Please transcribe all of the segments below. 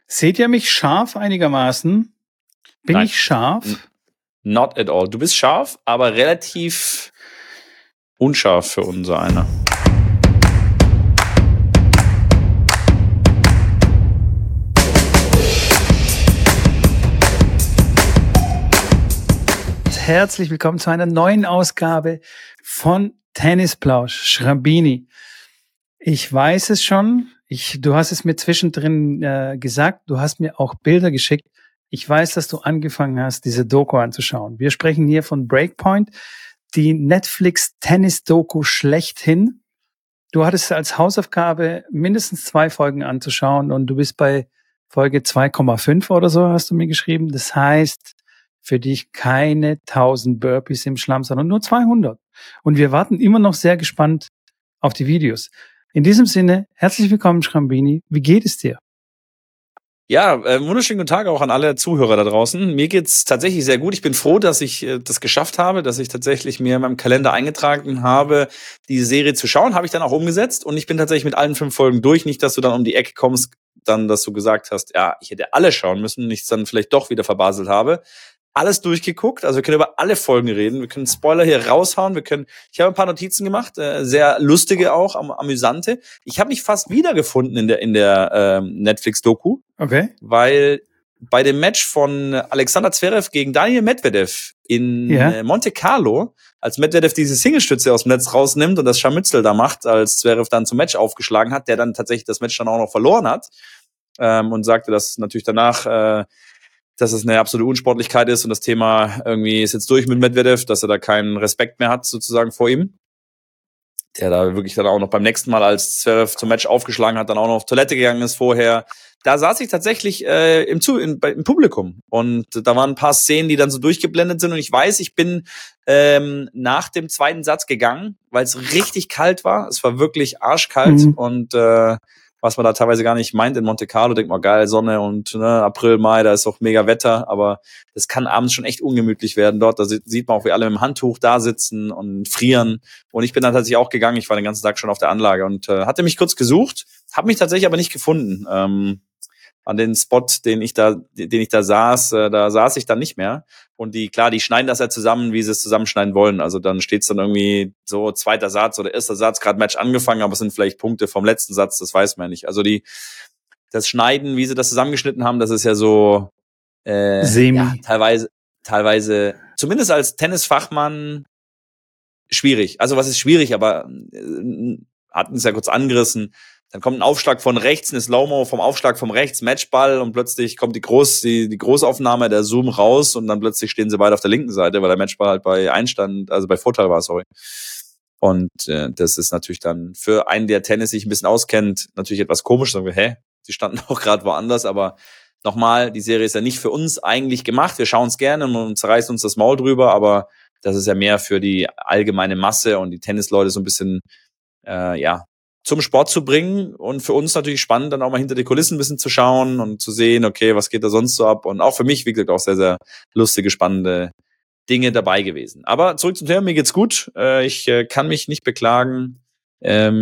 Seht ihr mich scharf einigermaßen? Bin Nein. ich scharf? Not at all. Du bist scharf, aber relativ unscharf für unser einer. Herzlich willkommen zu einer neuen Ausgabe von Tennisplausch Schrambini. Ich weiß es schon. Du hast es mir zwischendrin gesagt. Du hast mir auch Bilder geschickt. Ich weiß, dass du angefangen hast, diese Doku anzuschauen. Wir sprechen hier von Breakpoint, die Netflix-Tennis-Doku schlechthin. Du hattest als Hausaufgabe mindestens 2 Folgen anzuschauen und du bist bei Folge 2,5 oder so, hast du mir geschrieben. Das heißt, für dich keine 1000 Burpees im Schlamm, sondern nur 200. Und wir warten immer noch sehr gespannt auf die Videos. In diesem Sinne, herzlich willkommen, Schrambini. Wie geht es dir? Ja, wunderschönen guten Tag auch an alle Zuhörer da draußen. Mir geht's tatsächlich sehr gut. Ich bin froh, dass ich das geschafft habe, dass ich tatsächlich mir in meinem Kalender eingetragen habe, diese Serie zu schauen. Habe ich dann auch umgesetzt und ich bin tatsächlich mit allen 5 Folgen durch. Nicht, dass du dann um die Ecke kommst, dann, dass du gesagt hast, ja, ich hätte alle schauen müssen und ich es dann vielleicht doch wieder verbaselt habe. Alles durchgeguckt, also wir können über alle Folgen reden, wir können Spoiler hier raushauen, ich habe ein paar Notizen gemacht, sehr lustige auch, amüsante. Ich habe mich fast wiedergefunden in der Netflix-Doku, Okay. weil bei dem Match von Alexander Zverev gegen Daniil Medvedev in Monte Carlo, als Medvedev diese Singlestütze aus dem Netz rausnimmt und das Scharmützel da macht, als Zverev dann zum Match aufgeschlagen hat, der dann tatsächlich das Match dann auch noch verloren hat und sagte, dass natürlich danach dass es eine absolute Unsportlichkeit ist und das Thema irgendwie ist jetzt durch mit Medvedev, dass er da keinen Respekt mehr hat sozusagen vor ihm. Der da wirklich dann auch noch beim nächsten Mal, als Zverev zum Match aufgeschlagen hat, dann auch noch auf Toilette gegangen ist vorher. Da saß ich tatsächlich im Publikum und da waren ein paar Szenen, die dann so durchgeblendet sind und ich weiß, ich bin nach dem zweiten Satz gegangen, weil es richtig kalt war. Es war wirklich arschkalt und was man da teilweise gar nicht meint in Monte Carlo, denkt man, geil, Sonne und April, Mai, da ist auch mega Wetter, aber das kann abends schon echt ungemütlich werden dort. Da sieht man auch, wie alle mit dem Handtuch da sitzen und frieren. Und ich bin dann tatsächlich auch gegangen, ich war den ganzen Tag schon auf der Anlage und hatte mich kurz gesucht, habe mich tatsächlich aber nicht gefunden. An den Spot, den ich da saß, da saß ich dann nicht mehr. Und die schneiden das ja zusammen, wie sie es zusammenschneiden wollen. Also dann steht's dann irgendwie so zweiter Satz oder erster Satz, gerade Match angefangen, aber es sind vielleicht Punkte vom letzten Satz, das weiß man nicht. Also das Schneiden, wie sie das zusammengeschnitten haben, das ist ja so ja, teilweise, zumindest als Tennisfachmann schwierig. Also was ist schwierig, aber hatten es ja kurz angerissen. Dann kommt ein Aufschlag von rechts, eine Slow-Mo vom Aufschlag vom rechts, Matchball und plötzlich kommt die Großaufnahme, der Zoom raus und dann plötzlich stehen sie beide auf der linken Seite, weil der Matchball halt bei Einstand, also bei Vorteil war, sorry. Und das ist natürlich dann für einen, der Tennis sich ein bisschen auskennt, natürlich etwas komisch. Sagen wir, die standen auch gerade woanders, aber nochmal, die Serie ist ja nicht für uns eigentlich gemacht. Wir schauen es gerne und zerreißen uns das Maul drüber, aber das ist ja mehr für die allgemeine Masse und die Tennisleute so ein bisschen, zum Sport zu bringen und für uns natürlich spannend, dann auch mal hinter die Kulissen ein bisschen zu schauen und zu sehen, okay, was geht da sonst so ab und auch für mich, wie gesagt, auch sehr, sehr lustige, spannende Dinge dabei gewesen. Aber zurück zum Thema, mir geht's gut, ich kann mich nicht beklagen, ja.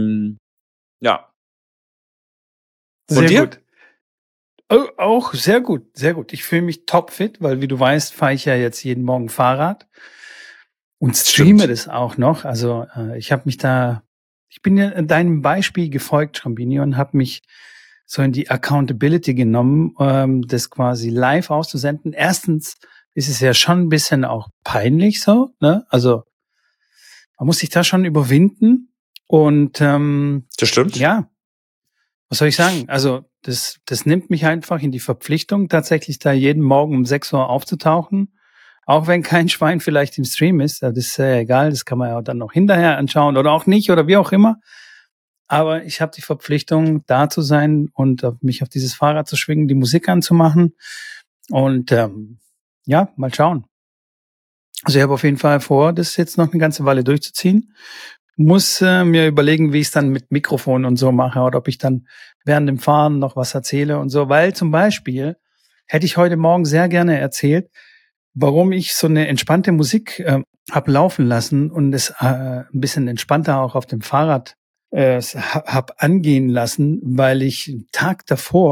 Von dir? Gut. Oh, auch sehr gut, sehr gut. Ich fühle mich topfit, weil wie du weißt, fahre ich ja jetzt jeden Morgen Fahrrad und streame das auch noch. Also ich bin ja deinem Beispiel gefolgt, Schrambini, und habe mich so in die Accountability genommen, das quasi live auszusenden. Erstens ist es ja schon ein bisschen auch peinlich so, ne? Also man muss sich da schon überwinden und das stimmt. Ja, was soll ich sagen? Also das nimmt mich einfach in die Verpflichtung, tatsächlich da jeden Morgen um 6 Uhr aufzutauchen. Auch wenn kein Schwein vielleicht im Stream ist, das ist ja egal, das kann man ja dann noch hinterher anschauen oder auch nicht oder wie auch immer. Aber ich habe die Verpflichtung, da zu sein und mich auf dieses Fahrrad zu schwingen, die Musik anzumachen und mal schauen. Also ich habe auf jeden Fall vor, das jetzt noch eine ganze Weile durchzuziehen. Muss mir überlegen, wie ich es dann mit Mikrofon und so mache oder ob ich dann während dem Fahren noch was erzähle und so. Weil zum Beispiel hätte ich heute Morgen sehr gerne erzählt, warum ich so eine entspannte Musik hab laufen lassen und es ein bisschen entspannter auch auf dem Fahrrad hab angehen lassen, weil ich einen Tag davor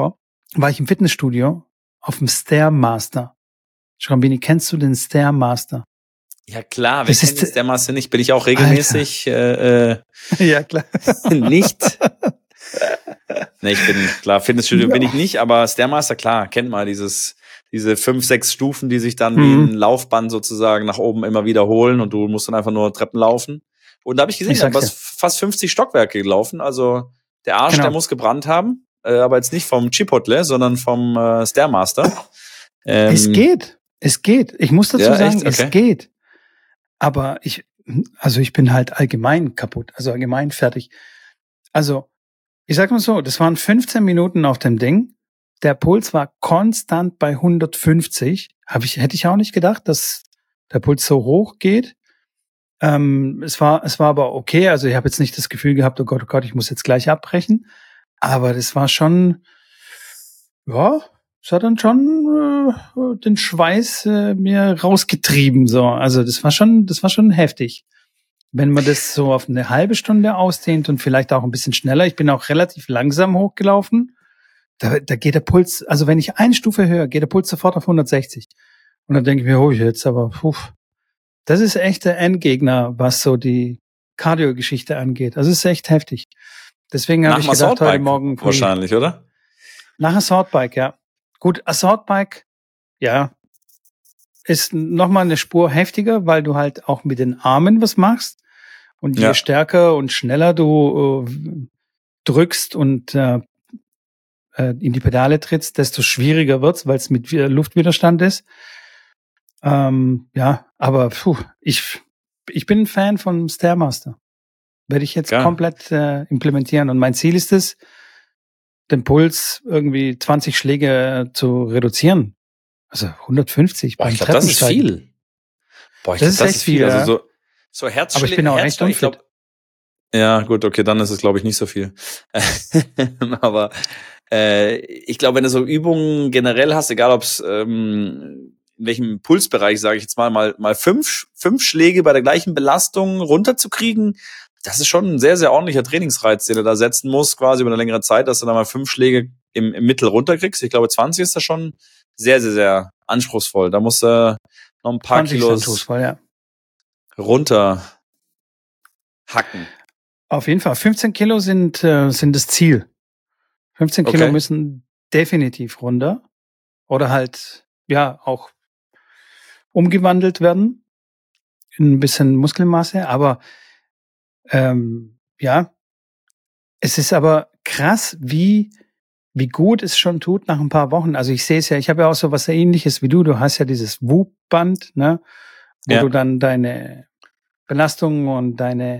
war ich im Fitnessstudio auf dem Stairmaster. Schrambini, kennst du den Stairmaster? Ja klar, wer kennt den Stairmaster nicht? Bin ich auch regelmäßig ja, klar. nicht. Ne, ich bin, klar, Fitnessstudio bin ich nicht, aber Stairmaster, klar, kennt man diese 5, 6 Stufen, die sich dann wie ein Laufband sozusagen nach oben immer wiederholen und du musst dann einfach nur Treppen laufen. Und da habe ich gesehen, da war fast 50 Stockwerke gelaufen, also der Arsch, der muss gebrannt haben, aber jetzt nicht vom Chipotle, sondern vom Stairmaster. Es geht. Ich muss dazu sagen, echt? Okay. Es geht. Aber ich bin halt allgemein kaputt, also allgemein fertig. Also, ich sag mal so, das waren 15 Minuten auf dem Ding. Der Puls war konstant bei 150. Hätte ich auch nicht gedacht, dass der Puls so hoch geht. Es war aber okay. Also ich habe jetzt nicht das Gefühl gehabt, oh Gott, ich muss jetzt gleich abbrechen. Aber das war schon, ja, es hat dann schon den Schweiß mir rausgetrieben. So, also das war schon heftig. Wenn man das so auf eine halbe Stunde ausdehnt und vielleicht auch ein bisschen schneller. Ich bin auch relativ langsam hochgelaufen. Da geht der Puls, also wenn ich eine Stufe höher, geht der Puls sofort auf 160. Und dann denke ich mir, jetzt aber, das ist echt der Endgegner, was so die Cardio-Geschichte angeht. Also es ist echt heftig. Deswegen habe ich gedacht, heute Morgen wahrscheinlich, oder? Nach Assault-Bike, ja. Gut, Assault-Bike, ja, ist nochmal eine Spur heftiger, weil du halt auch mit den Armen was machst. Und je stärker und schneller du drückst und in die Pedale trittst, desto schwieriger wird's, weil es mit Luftwiderstand ist. Aber ich bin ein Fan von Stairmaster. Werde ich jetzt komplett implementieren. Und mein Ziel ist es, den Puls irgendwie 20 Schläge zu reduzieren. Also 150 beim Treppensteigen. Das ist viel. Ich glaube, das ist viel. Ja. Also so Herzschläge. Aber ich bin auch echt unfit. Ja, gut, okay, dann ist es, glaube ich, nicht so viel. Aber ich glaube, wenn du so Übungen generell hast, egal ob es in welchem Pulsbereich, sage ich jetzt mal 5 Schläge bei der gleichen Belastung runterzukriegen, das ist schon ein sehr, sehr ordentlicher Trainingsreiz, den du da setzen musst, quasi über eine längere Zeit, dass du da mal 5 Schläge im Mittel runterkriegst. Ich glaube, 20 ist da schon sehr, sehr, sehr anspruchsvoll. Da musst du noch ein paar Kilos runter hacken. Auf jeden Fall. 15 Kilo sind das Ziel. 15 Kilo müssen definitiv runter. Oder halt, auch umgewandelt werden. In ein bisschen Muskelmasse. Aber, es ist aber krass, wie gut es schon tut nach ein paar Wochen. Also ich sehe es ja, ich habe ja auch so was Ähnliches wie du. Du hast ja dieses Whoop-Band, ne? Wo du dann deine Belastungen und deine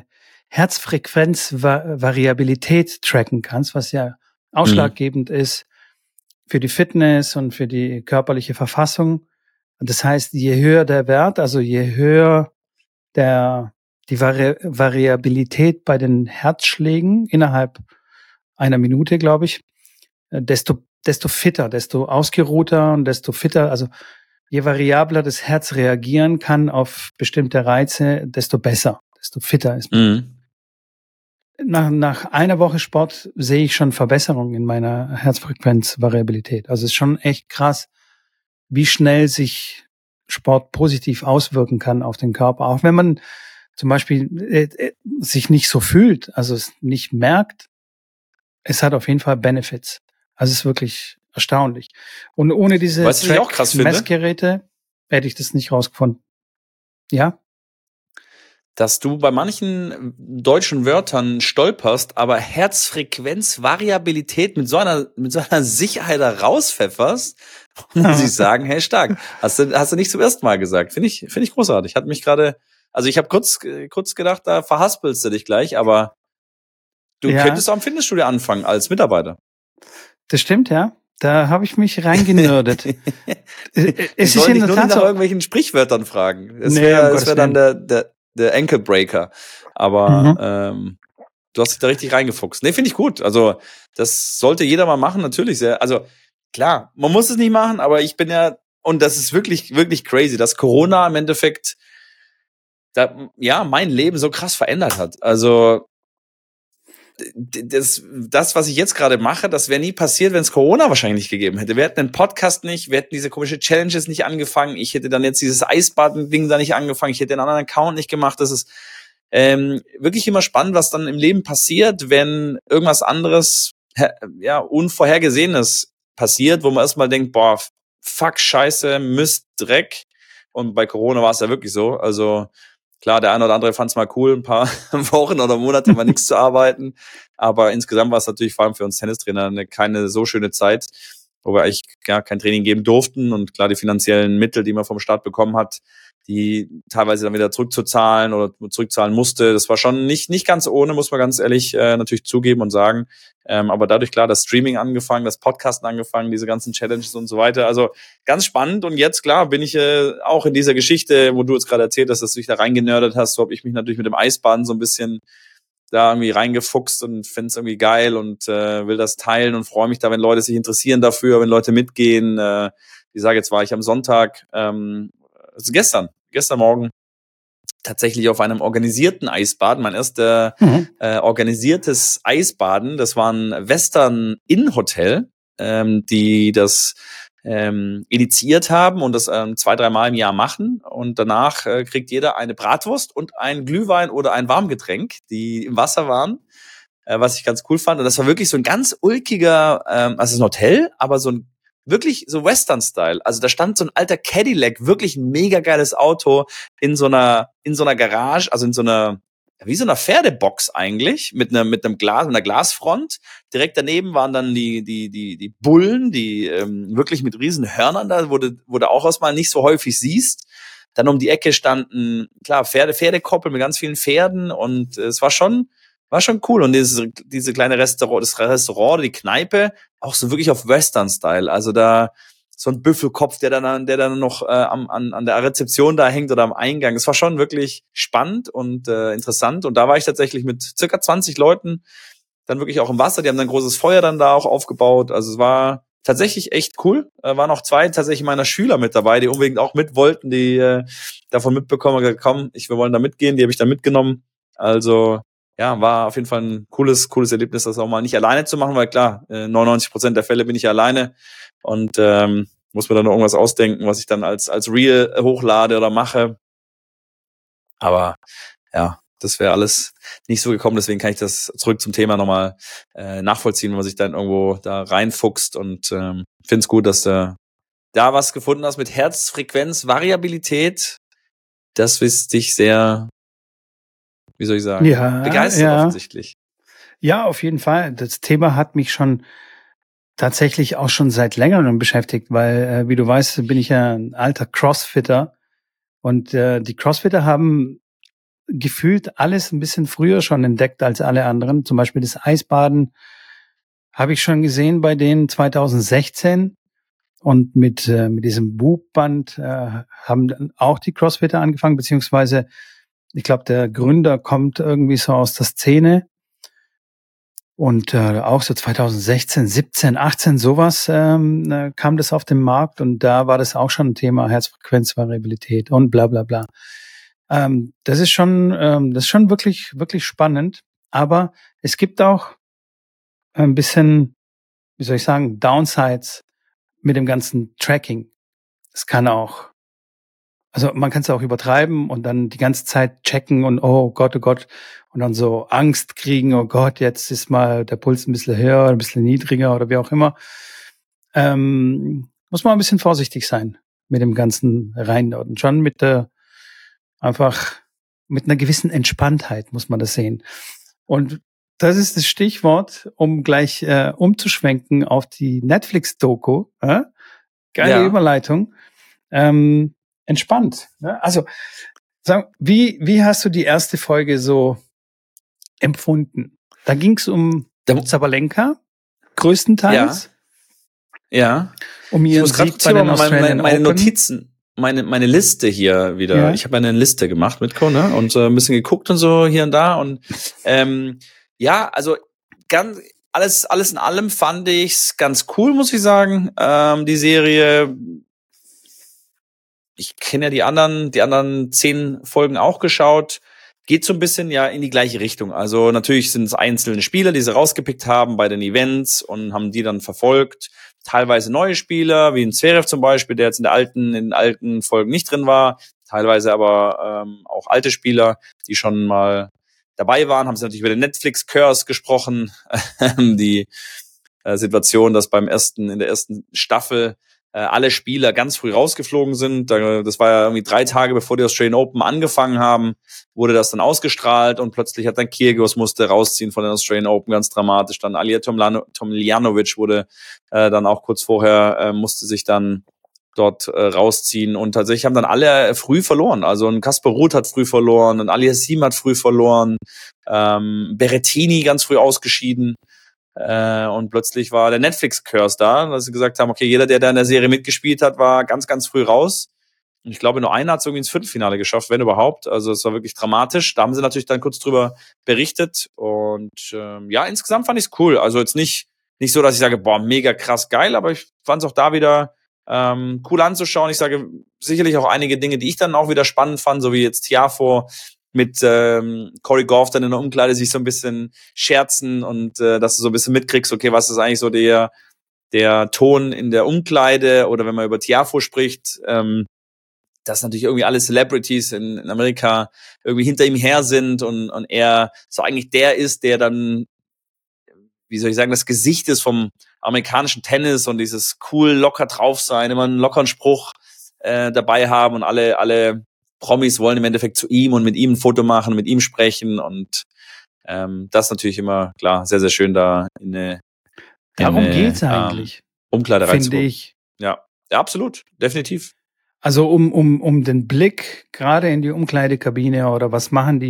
Herzfrequenzvariabilität tracken kannst, was ja ausschlaggebend ist für die Fitness und für die körperliche Verfassung. Und das heißt, je höher der Wert, also je höher die Variabilität bei den Herzschlägen innerhalb einer Minute, glaube ich, desto fitter, desto ausgeruhter und desto fitter, also je variabler das Herz reagieren kann auf bestimmte Reize, desto besser, desto fitter ist man. Nach einer Woche Sport sehe ich schon Verbesserungen in meiner Herzfrequenzvariabilität. Also es ist schon echt krass, wie schnell sich Sport positiv auswirken kann auf den Körper. Auch wenn man zum Beispiel sich nicht so fühlt, also es nicht merkt, es hat auf jeden Fall Benefits. Also es ist wirklich erstaunlich. Und ohne diese Messgeräte hätte ich das nicht rausgefunden. Ja? Dass du bei manchen deutschen Wörtern stolperst, aber Herzfrequenzvariabilität mit so einer Sicherheit da rauspfefferst, muss ich sagen, hey, stark. Hast du nicht zum ersten Mal gesagt. Finde ich großartig. Hat mich gerade, also ich habe kurz gedacht, da verhaspelst du dich gleich, aber du könntest auch im Fitnessstudio anfangen als Mitarbeiter. Das stimmt, ja. Da habe ich mich reingenördet. Ich wollte nicht nur nach irgendwelchen Sprichwörtern fragen. Das wäre dann der Ankle Breaker. Aber du hast dich da richtig reingefuchst. Nee, finde ich gut. Also das sollte jeder mal machen, natürlich. Also klar, man muss es nicht machen, aber ich bin ja, und das ist wirklich, wirklich crazy, dass Corona im Endeffekt mein Leben so krass verändert hat. Also das, was ich jetzt gerade mache, das wäre nie passiert, wenn es Corona wahrscheinlich nicht gegeben hätte. Wir hätten den Podcast nicht, wir hätten diese komische Challenges nicht angefangen, ich hätte dann jetzt dieses Eisbaden-Ding da nicht angefangen, ich hätte den anderen Account nicht gemacht. Das ist wirklich immer spannend, was dann im Leben passiert, wenn irgendwas anderes, ja, Unvorhergesehenes passiert, wo man erstmal denkt, boah, fuck, Scheiße, Mist, Dreck. Und bei Corona war es ja wirklich so. Also klar, der eine oder andere fand es mal cool, ein paar Wochen oder Monate mal nichts zu arbeiten. Aber insgesamt war es natürlich vor allem für uns Tennistrainer keine so schöne Zeit, wo wir eigentlich gar kein Training geben durften. Und klar, die finanziellen Mittel, die man vom Staat bekommen hat, die teilweise dann wieder zurückzuzahlen oder zurückzahlen musste. Das war schon nicht ganz ohne, muss man ganz ehrlich natürlich zugeben und sagen. Aber dadurch, klar, das Streaming angefangen, das Podcasten angefangen, diese ganzen Challenges und so weiter. Also ganz spannend. Und jetzt, klar, bin ich auch in dieser Geschichte, wo du jetzt gerade erzählt hast, dass du dich da reingenördet hast. So habe ich mich natürlich mit dem Eisbaden so ein bisschen da irgendwie reingefuchst und finde es irgendwie geil und will das teilen und freue mich da, wenn Leute sich interessieren dafür, wenn Leute mitgehen. Ich sage, jetzt war ich am Sonntag, also gestern Morgen tatsächlich auf einem organisierten Eisbaden, mein erster organisiertes Eisbaden. Das war ein Western Inn Hotel, die das initiiert haben und das 2-3 Mal im Jahr machen. Und danach kriegt jeder eine Bratwurst und ein Glühwein oder ein Warmgetränk, die im Wasser waren, was ich ganz cool fand. Und das war wirklich so ein ganz ulkiger, also ein Hotel, aber so ein wirklich so Western-Style. Also da stand so ein alter Cadillac, wirklich ein mega geiles Auto in so einer Garage, also in so einer, wie so einer Pferdebox eigentlich, mit einem Glas, mit einer Glasfront. Direkt daneben waren dann die Bullen, die wirklich mit riesen Hörnern da, wo du auch aus mal nicht so häufig siehst. Dann um die Ecke standen, klar, Pferdekoppel mit ganz vielen Pferden und es war schon cool. Und diese kleine Restaurant, die Kneipe, auch so wirklich auf Western-Style. Also da so ein Büffelkopf, der dann noch an der Rezeption da hängt oder am Eingang. Es war schon wirklich spannend und interessant. Und da war ich tatsächlich mit circa 20 Leuten dann wirklich auch im Wasser. Die haben dann ein großes Feuer dann da auch aufgebaut. Also es war tatsächlich echt cool. Waren auch 2 tatsächlich meiner Schüler mit dabei, die unbedingt auch mit wollten, die davon mitbekommen und gesagt, komm, wir wollen da mitgehen. Die habe ich da mitgenommen. Also ja, war auf jeden Fall ein cooles Erlebnis, das auch mal nicht alleine zu machen, weil klar, 99% der Fälle bin ich alleine und muss mir dann noch irgendwas ausdenken, was ich dann als Reel hochlade oder mache. Aber ja, das wäre alles nicht so gekommen, deswegen kann ich das zurück zum Thema nochmal nachvollziehen, wenn man sich dann irgendwo da reinfuchst und finde es gut, dass du da was gefunden hast mit Herzfrequenzvariabilität. Das ist dich sehr, wie soll ich sagen, begeistert offensichtlich. Ja, auf jeden Fall. Das Thema hat mich schon tatsächlich auch schon seit längerem beschäftigt, weil, wie du weißt, bin ich ja ein alter Crossfitter und die Crossfitter haben gefühlt alles ein bisschen früher schon entdeckt als alle anderen. Zum Beispiel das Eisbaden habe ich schon gesehen bei denen 2016 und mit diesem Whoop-Band haben dann auch die Crossfitter angefangen, beziehungsweise ich glaube, der Gründer kommt irgendwie so aus der Szene. Und auch so 2016, 17, 18, sowas kam das auf den Markt und da war das auch schon ein Thema, Herzfrequenzvariabilität und bla bla bla. Das ist schon wirklich, wirklich spannend. Aber es gibt auch ein bisschen, wie soll ich sagen, Downsides mit dem ganzen Tracking. Es kann auch, also man kann es auch übertreiben und dann die ganze Zeit checken und oh Gott, und dann so Angst kriegen, oh Gott, jetzt ist mal der Puls ein bisschen höher, ein bisschen niedriger oder wie auch immer. Muss man ein bisschen vorsichtig sein mit dem ganzen Reinladen. Schon einfach mit einer gewissen Entspanntheit muss man das sehen. Und das ist das Stichwort, um gleich umzuschwenken auf die Netflix-Doku. Geile Überleitung. Entspannt. Ne? Also, sag, wie hast du die erste Folge so empfunden? Da ging es um Sabalenka, größtenteils. Ja. Um ihren Sieg bei den Australian meine Open. Notizen, meine Liste hier wieder. Ja. Ich habe eine Liste gemacht mit ne? Und ein bisschen geguckt und so hier und da. Und ja, also ganz alles in allem fand ich's ganz cool, muss ich sagen. Die Serie. Ich kenne ja die anderen 10 Folgen auch geschaut. geht so ein bisschen ja in die gleiche Richtung. Also natürlich sind es einzelne Spieler, die sie rausgepickt haben bei den Events und haben die dann verfolgt. Teilweise neue Spieler, wie ein Zverev zum Beispiel, der jetzt in den alten Folgen nicht drin war. Teilweise aber auch alte Spieler, die schon mal dabei waren. Haben sie natürlich über den Netflix-Curse gesprochen. Die Situation, dass in der ersten Staffel alle Spieler ganz früh rausgeflogen sind. Das war ja irgendwie 3 Tage, bevor die Australian Open angefangen haben, wurde das dann ausgestrahlt und plötzlich hat dann Kyrgios musste rausziehen von den Australian Open, ganz dramatisch. Dann Alija Tomljanovic wurde dann auch kurz vorher, musste sich dann dort rausziehen und tatsächlich haben dann alle früh verloren. Also ein Casper Ruud hat früh verloren, ein Aliassime hat früh verloren, Berrettini ganz früh ausgeschieden. Und plötzlich war der Netflix-Curse da, dass sie gesagt haben, okay, jeder, der da in der Serie mitgespielt hat, war ganz, ganz früh raus. Und ich glaube, nur einer hat es irgendwie ins Viertelfinale geschafft, wenn überhaupt. Also es war wirklich dramatisch. Da haben sie natürlich dann kurz drüber berichtet. Und ja, insgesamt fand ich es cool. Also jetzt nicht so, dass ich sage, boah, mega krass geil, aber ich fand es auch da wieder cool anzuschauen. Ich sage sicherlich auch einige Dinge, die ich dann auch wieder spannend fand, so wie jetzt Tiafoe mit Corey Goff dann in der Umkleide sich so ein bisschen scherzen und dass du so ein bisschen mitkriegst, okay, was ist eigentlich so der Ton in der Umkleide oder wenn man über Tiafoe spricht, dass natürlich irgendwie alle Celebrities in Amerika irgendwie hinter ihm her sind und er so eigentlich der ist, der dann, wie soll ich sagen, das Gesicht ist vom amerikanischen Tennis und dieses cool locker drauf sein, immer einen lockeren Spruch dabei haben und alle Promis wollen im Endeffekt zu ihm und mit ihm ein Foto machen, mit ihm sprechen und das ist natürlich immer, klar, sehr, sehr schön da Darum geht's eigentlich. Umkleide reinzugucken. Finde ich. Ja, absolut, definitiv. Also um den Blick gerade in die Umkleidekabine oder was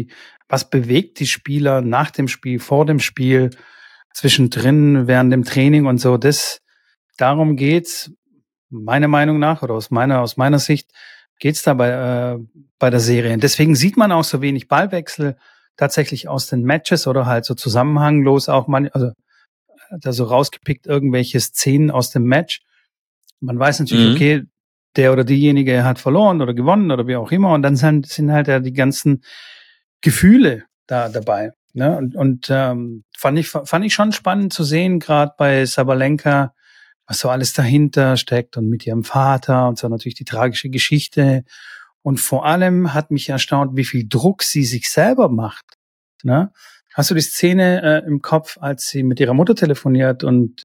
bewegt die Spieler nach dem Spiel, vor dem Spiel, zwischendrin, während dem Training und so, darum geht's, meiner Meinung nach oder aus meiner Sicht, geht's da bei der Serie. Und deswegen sieht man auch so wenig Ballwechsel tatsächlich aus den Matches oder halt so zusammenhanglos auch also da so rausgepickt irgendwelche Szenen aus dem Match. Man weiß natürlich, okay, der oder diejenige hat verloren oder gewonnen oder wie auch immer und dann sind halt ja die ganzen Gefühle da dabei. Ne? Und fand ich schon spannend zu sehen, gerade bei Sabalenka, was so alles dahinter steckt und mit ihrem Vater und so natürlich die tragische Geschichte. Und vor allem hat mich erstaunt, wie viel Druck sie sich selber macht. Ne? Hast du die Szene im Kopf, als sie mit ihrer Mutter telefoniert und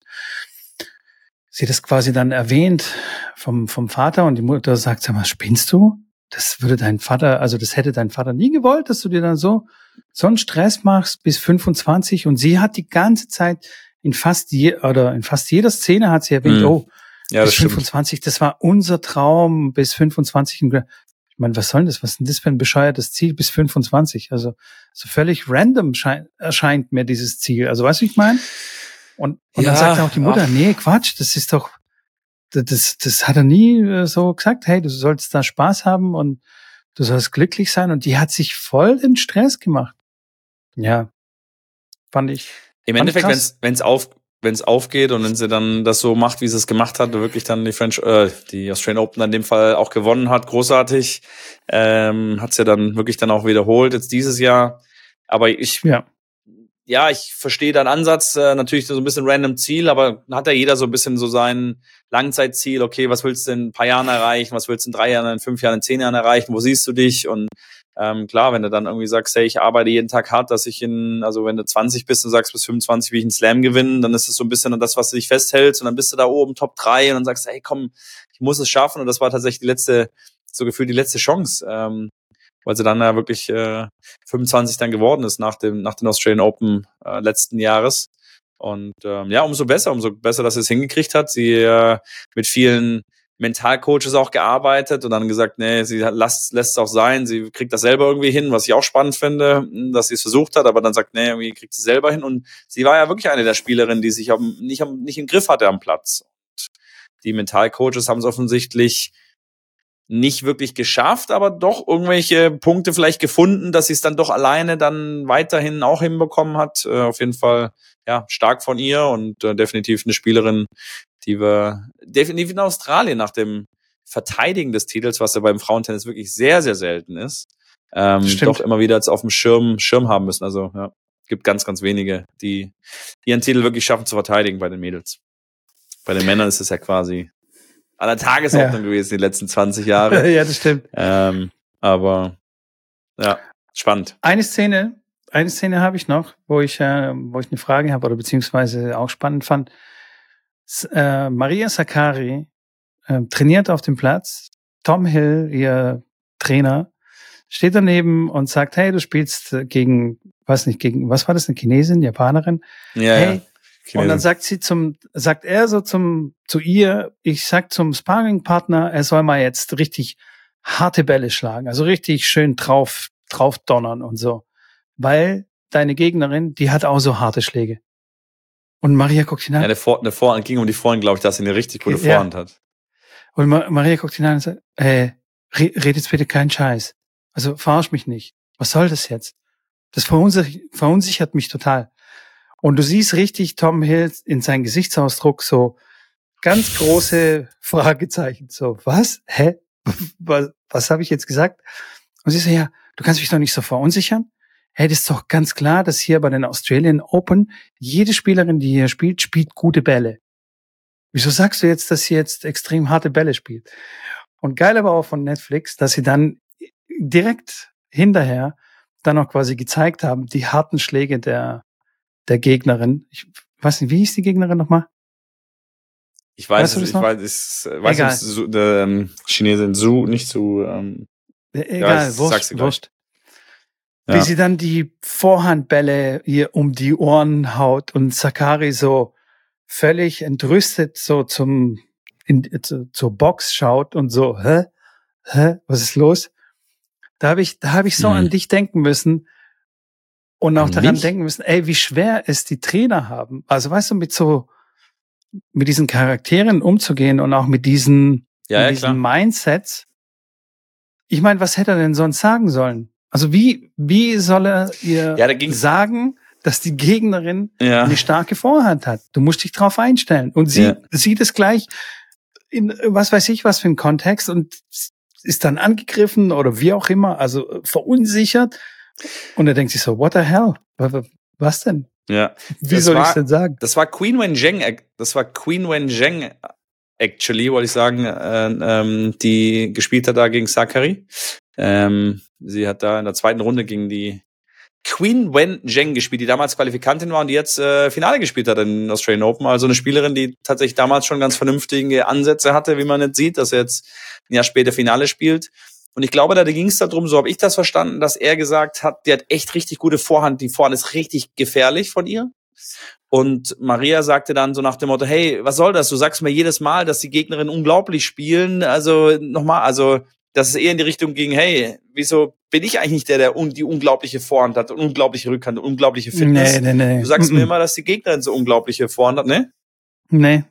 sie das quasi dann erwähnt vom Vater und die Mutter sagt, sag mal, spinnst du? Das hätte dein Vater nie gewollt, dass du dir dann so einen Stress machst bis 25 und sie hat die ganze Zeit in fast jeder Szene hat sie erwähnt, ja, bis 25, stimmt. Das war unser Traum bis 25. Ich meine, was soll das? Was ist denn das für ein bescheuertes Ziel bis 25? Also so völlig random erscheint mir dieses Ziel. Also weißt du, ich meine? Und dann sagt auch die Mutter, nee, Quatsch, das ist doch, das hat er nie so gesagt, hey, du sollst da Spaß haben und du sollst glücklich sein und die hat sich voll den Stress gemacht. Ja, fand ich. Im Endeffekt, wenn es aufgeht und wenn sie dann das so macht, wie sie es gemacht hat, wirklich dann die Australian Open in dem Fall auch gewonnen hat, großartig, hat sie dann wirklich dann auch wiederholt jetzt dieses Jahr. Aber ich verstehe deinen Ansatz, natürlich so ein bisschen random Ziel, aber hat ja jeder so ein bisschen so sein Langzeitziel, okay, was willst du in ein paar Jahren erreichen, was willst du in 3 Jahren, in 5 Jahren, in 10 Jahren erreichen, wo siehst du dich? Und klar, wenn du dann irgendwie sagst, hey, ich arbeite jeden Tag hart, wenn du 20 bist und sagst, bis 25 will ich einen Slam gewinnen, dann ist es so ein bisschen das, was du dich festhältst und dann bist du da oben Top 3 und dann sagst du, hey, komm, ich muss es schaffen und das war tatsächlich die letzte Chance, weil sie dann ja wirklich 25 dann geworden ist nach den Australian Open letzten Jahres. Und umso besser, dass sie es hingekriegt hat. Sie mit vielen Mentalcoaches auch gearbeitet und dann gesagt, nee, sie lässt es auch sein, sie kriegt das selber irgendwie hin, was ich auch spannend finde, dass sie es versucht hat, aber dann sagt, nee, irgendwie kriegt sie selber hin und sie war ja wirklich eine der Spielerinnen, die sich nicht im Griff hatte am Platz. Und die Mentalcoaches haben es offensichtlich nicht wirklich geschafft, aber doch irgendwelche Punkte vielleicht gefunden, dass sie es dann doch alleine dann weiterhin auch hinbekommen hat. Auf jeden Fall stark von ihr und definitiv eine Spielerin, die wir definitiv in Australien nach dem Verteidigen des Titels, was ja beim Frauentennis wirklich sehr, sehr selten ist, doch immer wieder jetzt auf dem Schirm haben müssen. Also ja, gibt ganz, ganz wenige, die ihren Titel wirklich schaffen zu verteidigen bei den Mädels. Bei den Männern ist es ja quasi an der Tagesordnung gewesen die letzten 20 Jahre. Ja, das stimmt. Aber ja, spannend. Eine Szene habe ich noch, wo ich eine Frage habe oder beziehungsweise auch spannend fand. Maria Sakkari trainiert auf dem Platz. Tom Hill, ihr Trainer, steht daneben und sagt, hey, du spielst gegen, was war das, eine Chinesin, Japanerin? Ja, hey, ja. Und dann sagt er so zu ihr, ich sag zum Sparringpartner, er soll mal jetzt richtig harte Bälle schlagen, also richtig schön drauf donnern und so. Weil deine Gegnerin, die hat auch so harte Schläge. Und Maria guckt ihn an. Ja, eine Vorhand ging um die Vorhand, glaube ich, dass sie eine richtig gute Vorhand hat. Und Maria guckt ihn an und sagt, red jetzt bitte keinen Scheiß. Also verarsch mich nicht. Was soll das jetzt? Das verunsichert mich total. Und du siehst richtig Tom Hill in seinem Gesichtsausdruck so ganz große Fragezeichen. So, was? Hä? Was habe ich jetzt gesagt? Und sie so, ja, du kannst mich doch nicht so verunsichern. Hey, das ist doch ganz klar, dass hier bei den Australian Open jede Spielerin, die hier spielt gute Bälle. Wieso sagst du jetzt, dass sie jetzt extrem harte Bälle spielt? Und geil aber auch von Netflix, dass sie dann direkt hinterher dann auch quasi gezeigt haben, die harten Schläge der Gegnerin. Ich weiß nicht, wie hieß die Gegnerin nochmal? Ich weiß es nicht, Chinesin Su, nicht Su. Egal, wurscht. Ja. Wie sie dann die Vorhandbälle ihr um die Ohren haut und Sakkari so völlig entrüstet so zur Box schaut und so, was ist los? Da habe ich so an dich denken müssen und auch daran denken müssen, ey, wie schwer es die Trainer haben. Also weißt du, mit diesen Charakteren umzugehen und auch mit diesen Mindsets. Ich meine, was hätte er denn sonst sagen sollen? Also wie soll er ihr sagen, dass die Gegnerin eine starke Vorhand hat? Du musst dich drauf einstellen. Und sie sieht es gleich in was weiß ich was für einen Kontext und ist dann angegriffen oder wie auch immer, also verunsichert. Und er denkt sich so, what the hell? Was denn? Ja. Wie soll ich es denn sagen? Das war Qin Wenjing, actually, wollte ich sagen, die gespielt hat da gegen Sakkari. Sie hat da in der zweiten Runde gegen die Qin Wenjing gespielt, die damals Qualifikantin war und die jetzt Finale gespielt hat in Australian Open. Also eine Spielerin, die tatsächlich damals schon ganz vernünftige Ansätze hatte, wie man jetzt sieht, dass er jetzt ein Jahr später Finale spielt. Und ich glaube, da ging es darum, so habe ich das verstanden, dass er gesagt hat, die hat echt richtig gute Vorhand. Die Vorhand ist richtig gefährlich von ihr. Und Maria sagte dann so nach dem Motto, hey, was soll das? Du sagst mir jedes Mal, dass die Gegnerinnen unglaublich spielen. Also nochmal, das ist eher in die Richtung ging, hey, wieso bin ich eigentlich nicht der die unglaubliche Vorhand hat, unglaubliche Rückhand, unglaubliche Fitness? Nee. Du sagst mir immer, dass die Gegnerin so unglaubliche Vorhand hat, ne? Nee.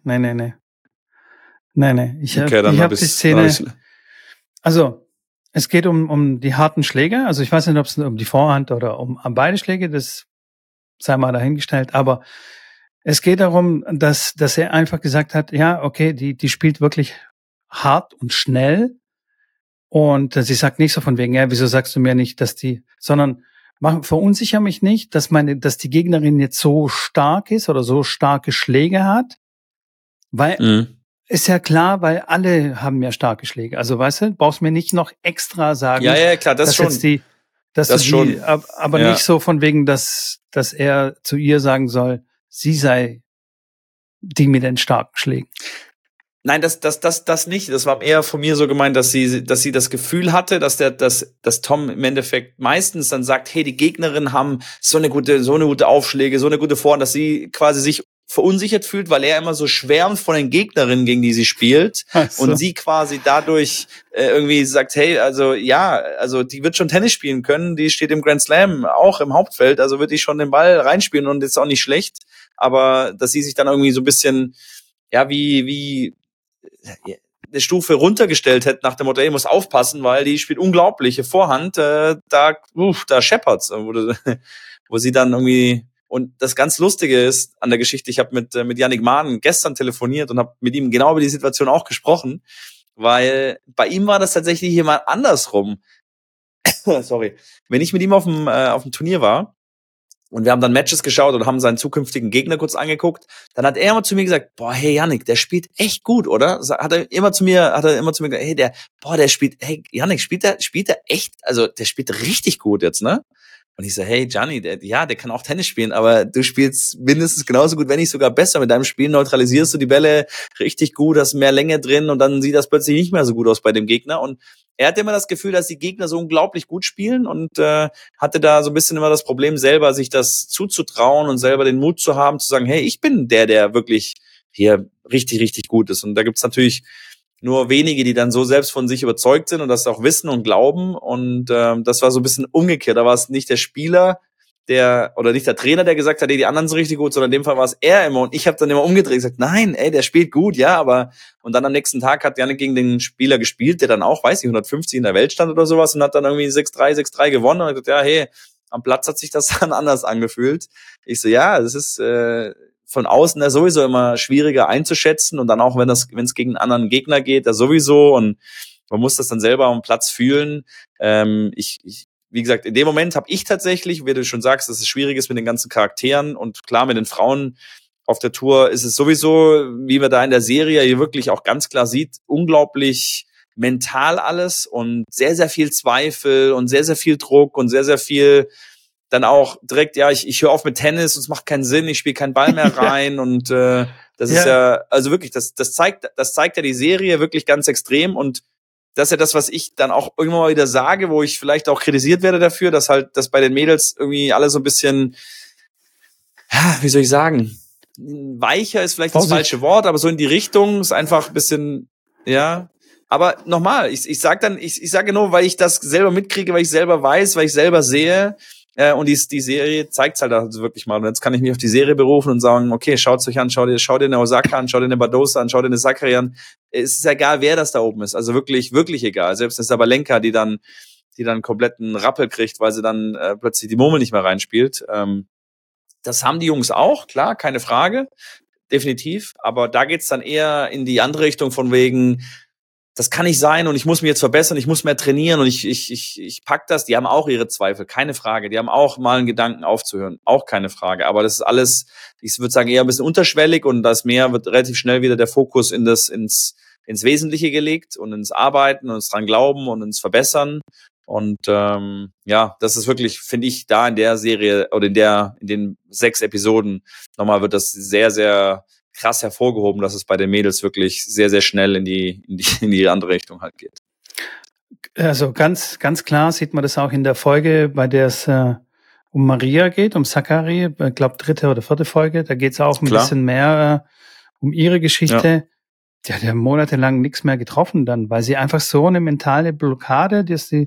Ich hab die Szene. Also, es geht um die harten Schläge. Also ich weiß nicht, ob es um die Vorhand oder um beide Schläge, das sei mal dahingestellt. Aber es geht darum, dass er einfach gesagt hat, ja, okay, die spielt wirklich hart und schnell. Und sie sagt nicht so von wegen, ja, wieso sagst du mir nicht, sondern verunsicher mich nicht, dass die Gegnerin jetzt so stark ist oder so starke Schläge hat. Weil, ist ja klar, weil alle haben ja starke Schläge. Also, weißt du, brauchst mir nicht noch extra sagen. Ja, klar, das schon. Aber nicht so von wegen, dass er zu ihr sagen soll, sie sei die mit den starken Schlägen. Nein, das nicht. Das war eher von mir so gemeint, dass sie das Gefühl hatte, dass Tom im Endeffekt meistens dann sagt, hey, die Gegnerinnen haben so eine gute Aufschläge, so eine gute Vorhand, dass sie quasi sich verunsichert fühlt, weil er immer so schwärmt von den Gegnerinnen, gegen die sie spielt. So. Und sie quasi dadurch irgendwie sagt, hey, also die wird schon Tennis spielen können, die steht im Grand Slam, auch im Hauptfeld, also wird die schon den Ball reinspielen und ist auch nicht schlecht. Aber dass sie sich dann irgendwie so ein bisschen, wie eine Stufe runtergestellt hätte nach dem Motto, muss aufpassen, weil die spielt unglaubliche Vorhand, da scheppert's, wo sie dann irgendwie. Und das ganz Lustige ist an der Geschichte, ich habe mit Yannick Mahn gestern telefoniert und habe mit ihm genau über die Situation auch gesprochen, weil bei ihm war das tatsächlich jemand andersrum. sorry, wenn ich mit ihm auf dem Turnier war und wir haben dann Matches geschaut und haben seinen zukünftigen Gegner kurz angeguckt, dann hat er immer zu mir gesagt, boah, hey Yannick, der spielt echt gut, oder? Hat er immer zu mir gesagt, hey, der spielt, hey Yannick, spielt der echt, also der spielt richtig gut jetzt, ne? Und ich so, hey Gianni, der kann auch Tennis spielen, aber du spielst mindestens genauso gut, wenn nicht sogar besser. Mit deinem Spiel neutralisierst du die Bälle richtig gut, hast mehr Länge drin und dann sieht das plötzlich nicht mehr so gut aus bei dem Gegner. Und er hatte immer das Gefühl, dass die Gegner so unglaublich gut spielen und hatte da so ein bisschen immer das Problem, selber sich das zuzutrauen und selber den Mut zu haben, zu sagen, hey, ich bin der wirklich hier richtig, richtig gut ist. Und da gibt's natürlich nur wenige, die dann so selbst von sich überzeugt sind und das auch wissen und glauben. Und das war so ein bisschen umgekehrt. Da war es nicht der Spieler, oder nicht der Trainer, der gesagt hat, ey, die anderen sind richtig gut, sondern in dem Fall war es er immer. Und ich habe dann immer umgedreht gesagt, nein, ey, der spielt gut, ja, aber und dann am nächsten Tag hat Jannik gegen den Spieler gespielt, der dann auch, weiß ich, 150 in der Welt stand oder sowas und hat dann irgendwie 6-3, 6-3 gewonnen und hat gesagt, ja, hey, am Platz hat sich das dann anders angefühlt. Ich so, ja, das ist von außen ja sowieso immer schwieriger einzuschätzen und dann auch, wenn es gegen einen anderen Gegner geht, da sowieso und man muss das dann selber am Platz fühlen. Wie gesagt, in dem Moment habe ich tatsächlich, wie du schon sagst, dass es schwierig ist mit den ganzen Charakteren und klar mit den Frauen auf der Tour ist es sowieso, wie man da in der Serie hier wirklich auch ganz klar sieht, unglaublich mental alles und sehr, sehr viel Zweifel und sehr, sehr viel Druck und sehr, sehr viel dann auch direkt, ja, ich höre auf mit Tennis, es macht keinen Sinn, ich spiele keinen Ball mehr rein und das ist ja, also wirklich, das zeigt ja die Serie wirklich ganz extrem und das ist ja das, was ich dann auch irgendwann mal wieder sage, wo ich vielleicht auch kritisiert werde dafür, dass halt, dass bei den Mädels irgendwie alle so ein bisschen, wie soll ich sagen, weicher ist vielleicht das falsche Wort, aber so in die Richtung ist einfach ein bisschen, ja. Aber nochmal, ich sage nur, weil ich das selber mitkriege, weil ich selber weiß, weil ich selber sehe, und die Serie zeigt's halt also wirklich mal. Und jetzt kann ich mich auf die Serie berufen und sagen, okay, schaut's euch an, schau dir eine Osaka an, schau dir eine Badosa an, schau dir eine Sakkari an. Es ist egal, wer das da oben ist. Also wirklich, wirklich egal. Selbst eine Sabalenka, die dann kompletten Rappel kriegt, weil sie dann plötzlich die Murmel nicht mehr reinspielt. Das haben die Jungs auch, klar, keine Frage. Definitiv. Aber da geht's dann eher in die andere Richtung von wegen, das kann nicht sein und ich muss mich jetzt verbessern, ich muss mehr trainieren und ich pack das. Die haben auch ihre Zweifel, keine Frage. Die haben auch mal einen Gedanken aufzuhören, auch keine Frage. Aber das ist alles, ich würde sagen, eher ein bisschen unterschwellig und das mehr wird relativ schnell wieder der Fokus ins Wesentliche gelegt und ins Arbeiten und ins dran glauben und ins Verbessern. Und ja, das ist wirklich, finde ich, da in der Serie oder in den 6 Episoden nochmal wird das sehr, sehr krass hervorgehoben, dass es bei den Mädels wirklich sehr, sehr schnell in die andere Richtung halt geht. Also ganz, ganz klar sieht man das auch in der Folge, bei der es um Maria geht, um Sakkari, ich glaube 3. oder 4. Folge, da geht es auch ein bisschen mehr um ihre Geschichte. Ja. Die hat ja monatelang nichts mehr getroffen dann, weil sie einfach so eine mentale Blockade, dass sie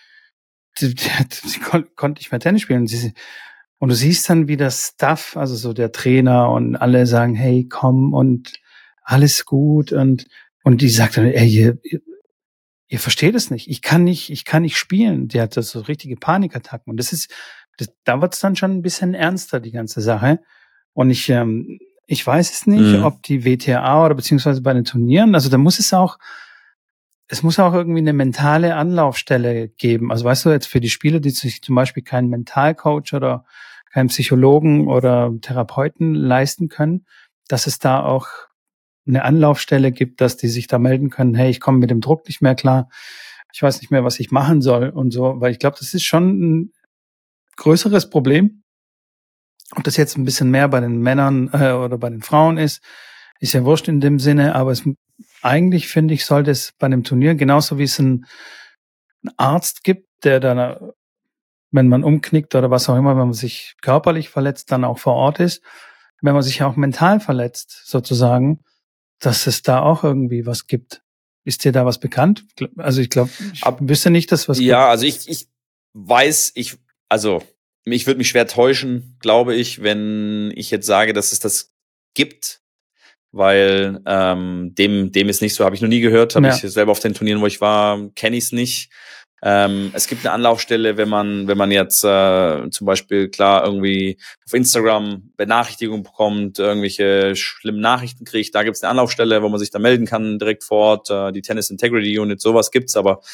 konnte nicht mehr Tennis spielen. Und du siehst dann, wie das Staff, also so der Trainer und alle sagen, hey, komm und alles gut und die sagt dann, ey, ihr versteht es nicht. Ich kann nicht spielen. Die hat so richtige Panikattacken und da wird's dann schon ein bisschen ernster, die ganze Sache. Und ich weiß es nicht, ob die WTA oder beziehungsweise bei den Turnieren, also da muss es muss auch irgendwie eine mentale Anlaufstelle geben. Also weißt du, jetzt für die Spieler, die sich zum Beispiel keinen Mentalcoach oder keinen Psychologen oder Therapeuten leisten können, dass es da auch eine Anlaufstelle gibt, dass die sich da melden können, hey, ich komme mit dem Druck nicht mehr klar, ich weiß nicht mehr, was ich machen soll und so, weil ich glaube, das ist schon ein größeres Problem. Ob das jetzt ein bisschen mehr bei den Männern oder bei den Frauen ist ja wurscht in dem Sinne, aber eigentlich, finde ich, sollte es bei einem Turnier, genauso wie es einen Arzt gibt, der dann, wenn man umknickt oder was auch immer, wenn man sich körperlich verletzt, dann auch vor Ort ist, wenn man sich auch mental verletzt, sozusagen, dass es da auch irgendwie was gibt. Ist dir da was bekannt? Also ich glaube, ich wüsste nicht, dass was gibt. Ja, also ich weiß, also ich würde mich schwer täuschen, glaube ich, wenn ich jetzt sage, dass es das gibt, weil dem ist nicht so, habe ich noch nie gehört, habe ich selber auf den Turnieren, wo ich war, kenne ich es nicht. Es gibt eine Anlaufstelle, wenn man jetzt zum Beispiel klar irgendwie auf Instagram Benachrichtigungen bekommt, irgendwelche schlimmen Nachrichten kriegt, da gibt es eine Anlaufstelle, wo man sich da melden kann direkt vor Ort, die Tennis Integrity Unit, sowas gibt's, aber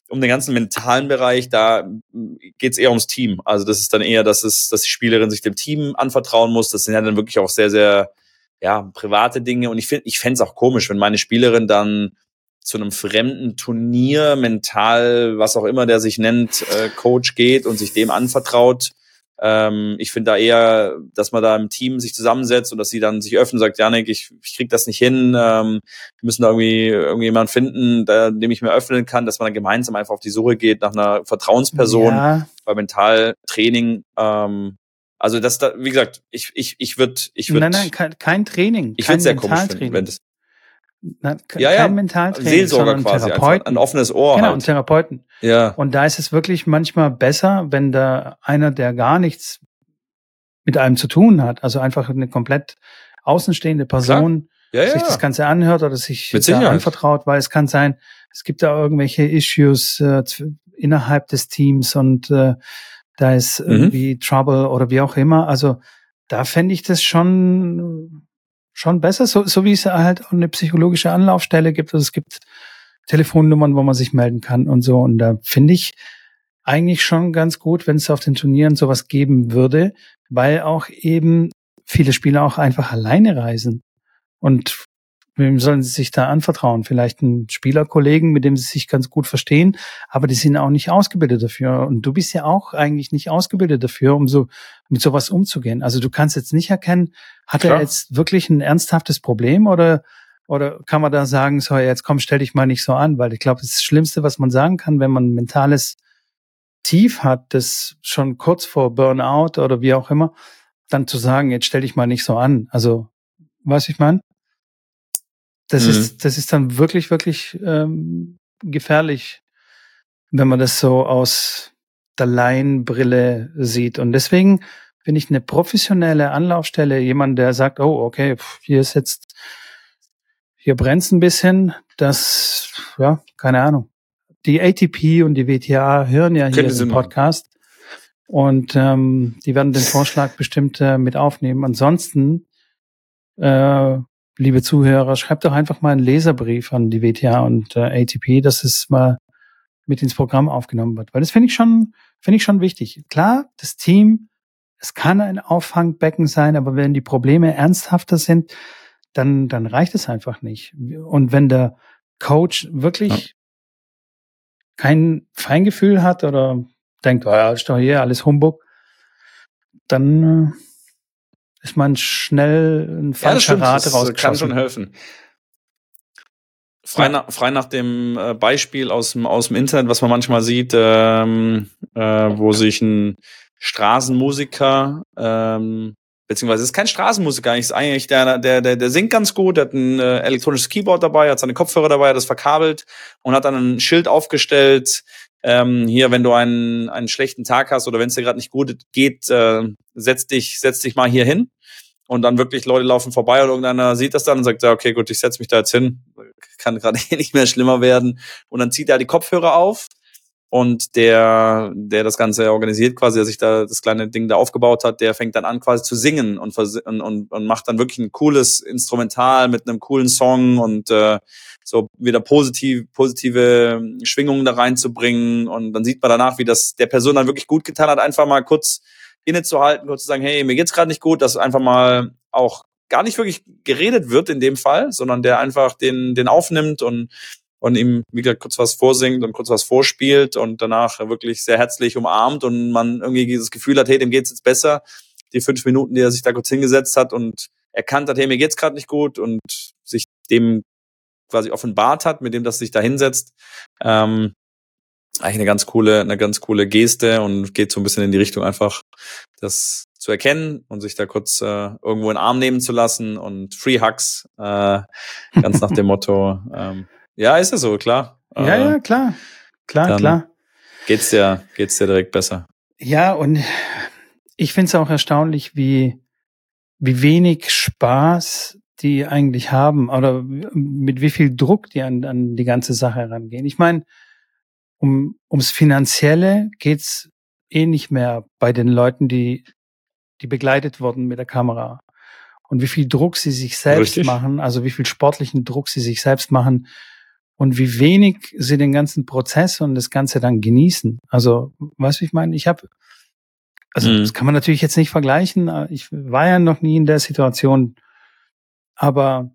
um den ganzen mentalen Bereich, da geht's eher ums Team. Also das ist dann eher, dass die Spielerin sich dem Team anvertrauen muss. Das sind ja dann wirklich auch sehr, sehr private Dinge. Und ich fände es auch komisch, wenn meine Spielerin dann zu einem fremden Turnier mental, was auch immer der sich nennt, Coach geht und sich dem anvertraut. Ich finde da eher, dass man da im Team sich zusammensetzt und dass sie dann sich öffnen und sagt, Janik, ich krieg das nicht hin, wir müssen da irgendwie jemanden finden, dem ich mir öffnen kann, dass man dann gemeinsam einfach auf die Suche geht nach einer Vertrauensperson bei Mentaltraining. Also das da, wie gesagt, ich würde Nein, kein Training. Ich würde sehr komisch finden, wenn das kein Mentaltraining, Seelsorger sondern quasi, Therapeuten. ein offenes Ohr. Genau, halt. ein Therapeuten. Ja. Und da ist es wirklich manchmal besser, wenn da einer, der gar nichts mit einem zu tun hat, also einfach eine komplett außenstehende Person sich das Ganze anhört oder sich da anvertraut, weil es kann sein, es gibt da irgendwelche Issues innerhalb des Teams und da ist irgendwie Trouble oder wie auch immer. Also da fände ich das schon besser, so wie es halt auch eine psychologische Anlaufstelle gibt. Also es gibt Telefonnummern, wo man sich melden kann und so. Und da finde ich eigentlich schon ganz gut, wenn es auf den Turnieren sowas geben würde, weil auch eben viele Spieler auch einfach alleine reisen. Und wem sollen sie sich da anvertrauen? Vielleicht einen Spielerkollegen, mit dem sie sich ganz gut verstehen, aber die sind auch nicht ausgebildet dafür. Und du bist ja auch eigentlich nicht ausgebildet dafür, um so mit sowas umzugehen. Also du kannst jetzt nicht erkennen, hat er jetzt wirklich ein ernsthaftes Problem oder kann man da sagen, so jetzt komm, stell dich mal nicht so an, weil ich glaube, das Schlimmste, was man sagen kann, wenn man ein mentales Tief hat, das schon kurz vor Burnout oder wie auch immer, dann zu sagen, jetzt stell dich mal nicht so an. Also, weißt du, ich meine? Das ist dann wirklich, wirklich gefährlich, wenn man das so aus der Laienbrille sieht. Und deswegen bin ich eine professionelle Anlaufstelle, jemand, der sagt, oh, okay, hier brennt's ein bisschen, das, keine Ahnung. Die ATP und die WTA hören ja hier den Podcast und die werden den Vorschlag bestimmt mit aufnehmen. Ansonsten, liebe Zuhörer, schreibt doch einfach mal einen Leserbrief an die WTA und ATP, dass es mal mit ins Programm aufgenommen wird. Weil das finde ich schon wichtig. Klar, das Team, es kann ein Auffangbecken sein, aber wenn die Probleme ernsthafter sind, dann reicht es einfach nicht. Und wenn der Coach wirklich kein Feingefühl hat oder denkt, ist doch hier alles Humbug, dann ist man schnell ein falscher Rat rausgeschossen. Das kann schon helfen. Frei nach dem Beispiel aus dem Internet, was man manchmal sieht, wo sich ein Straßenmusiker, beziehungsweise es ist kein Straßenmusiker, ist eigentlich der singt ganz gut, der hat ein elektronisches Keyboard dabei, hat seine Kopfhörer dabei, hat das verkabelt und hat dann ein Schild aufgestellt, hier, wenn du einen schlechten Tag hast oder wenn es dir gerade nicht gut geht, setz dich mal hier hin. Und dann wirklich Leute laufen vorbei und irgendeiner sieht das dann und sagt, ja, okay, gut, ich setze mich da jetzt hin. Kann gerade nicht mehr schlimmer werden. Und dann zieht er die Kopfhörer auf und der das Ganze organisiert quasi, der sich da das kleine Ding da aufgebaut hat, der fängt dann an quasi zu singen und macht dann wirklich ein cooles Instrumental mit einem coolen Song und so wieder positive Schwingungen da reinzubringen. Und dann sieht man danach, wie das der Person dann wirklich gut getan hat, einfach mal kurz innezuhalten, kurz zu sagen, hey, mir geht's gerade nicht gut, dass einfach mal auch gar nicht wirklich geredet wird in dem Fall, sondern der einfach den aufnimmt und ihm, wie gesagt, kurz was vorsingt und kurz was vorspielt und danach wirklich sehr herzlich umarmt und man irgendwie dieses Gefühl hat, hey, dem geht's jetzt besser. Die 5 Minuten, die er sich da kurz hingesetzt hat und erkannt hat, hey, mir geht's gerade nicht gut und sich dem quasi offenbart hat, mit dem, dass sich da hinsetzt. Eigentlich eine ganz coole Geste und geht so ein bisschen in die Richtung einfach, das zu erkennen und sich da kurz irgendwo in den Arm nehmen zu lassen und Free Hugs, ganz nach dem Motto. Ja, ist ja so, klar. Ja, klar. Geht's dir direkt besser. Ja, und ich finde es auch erstaunlich, wie wenig Spaß die eigentlich haben oder mit wie viel Druck die an die ganze Sache herangehen. Ich meine, ums Finanzielle geht's nicht mehr bei den Leuten, die begleitet wurden mit der Kamera. Und wie viel Druck sie sich selbst machen, also wie viel sportlichen Druck sie sich selbst machen, und wie wenig sie den ganzen Prozess und das Ganze dann genießen. Also, weißt du, wie ich meine? Das kann man natürlich jetzt nicht vergleichen. Ich war ja noch nie in der Situation, aber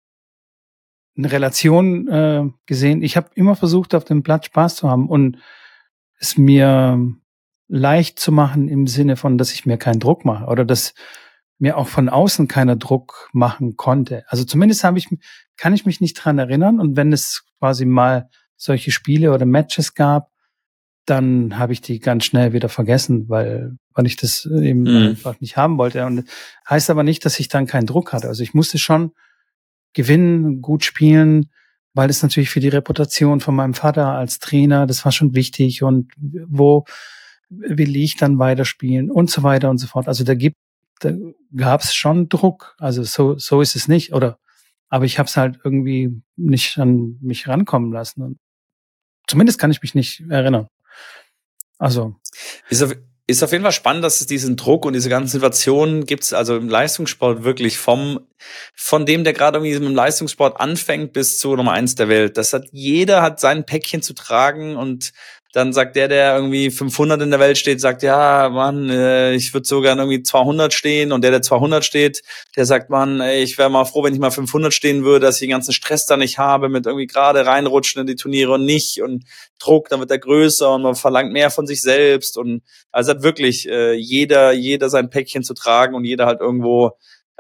eine Relation gesehen. Ich habe immer versucht, auf dem Platz Spaß zu haben und es mir leicht zu machen im Sinne von, dass ich mir keinen Druck mache oder dass mir auch von außen keiner Druck machen konnte. Also zumindest kann ich mich nicht dran erinnern. Und wenn es quasi mal solche Spiele oder Matches gab, dann habe ich die ganz schnell wieder vergessen, weil ich das eben einfach nicht haben wollte. Und heißt aber nicht, dass ich dann keinen Druck hatte. Also ich musste schon gewinnen, gut spielen, weil es natürlich für die Reputation von meinem Vater als Trainer, das war schon wichtig und wo will ich dann weiterspielen und so weiter und so fort. Also da gab es schon Druck. Also so ist es nicht. Aber ich habe es halt irgendwie nicht an mich rankommen lassen. Und zumindest kann ich mich nicht erinnern. Also Ist auf jeden Fall spannend, dass es diesen Druck und diese ganzen Situationen gibt, also im Leistungssport wirklich von dem, der gerade irgendwie im Leistungssport anfängt, bis zu Nummer 1 der Welt. Jeder hat sein Päckchen zu tragen und dann sagt der irgendwie 500 in der Welt steht, sagt, ja, Mann, ich würde so gerne irgendwie 200 stehen. Und der 200 steht, der sagt, Mann, ich wäre mal froh, wenn ich mal 500 stehen würde, dass ich den ganzen Stress da nicht habe, mit irgendwie gerade reinrutschen in die Turniere und nicht. Und Druck, dann wird er größer und man verlangt mehr von sich selbst. Und also hat wirklich jeder sein Päckchen zu tragen und jeder halt irgendwo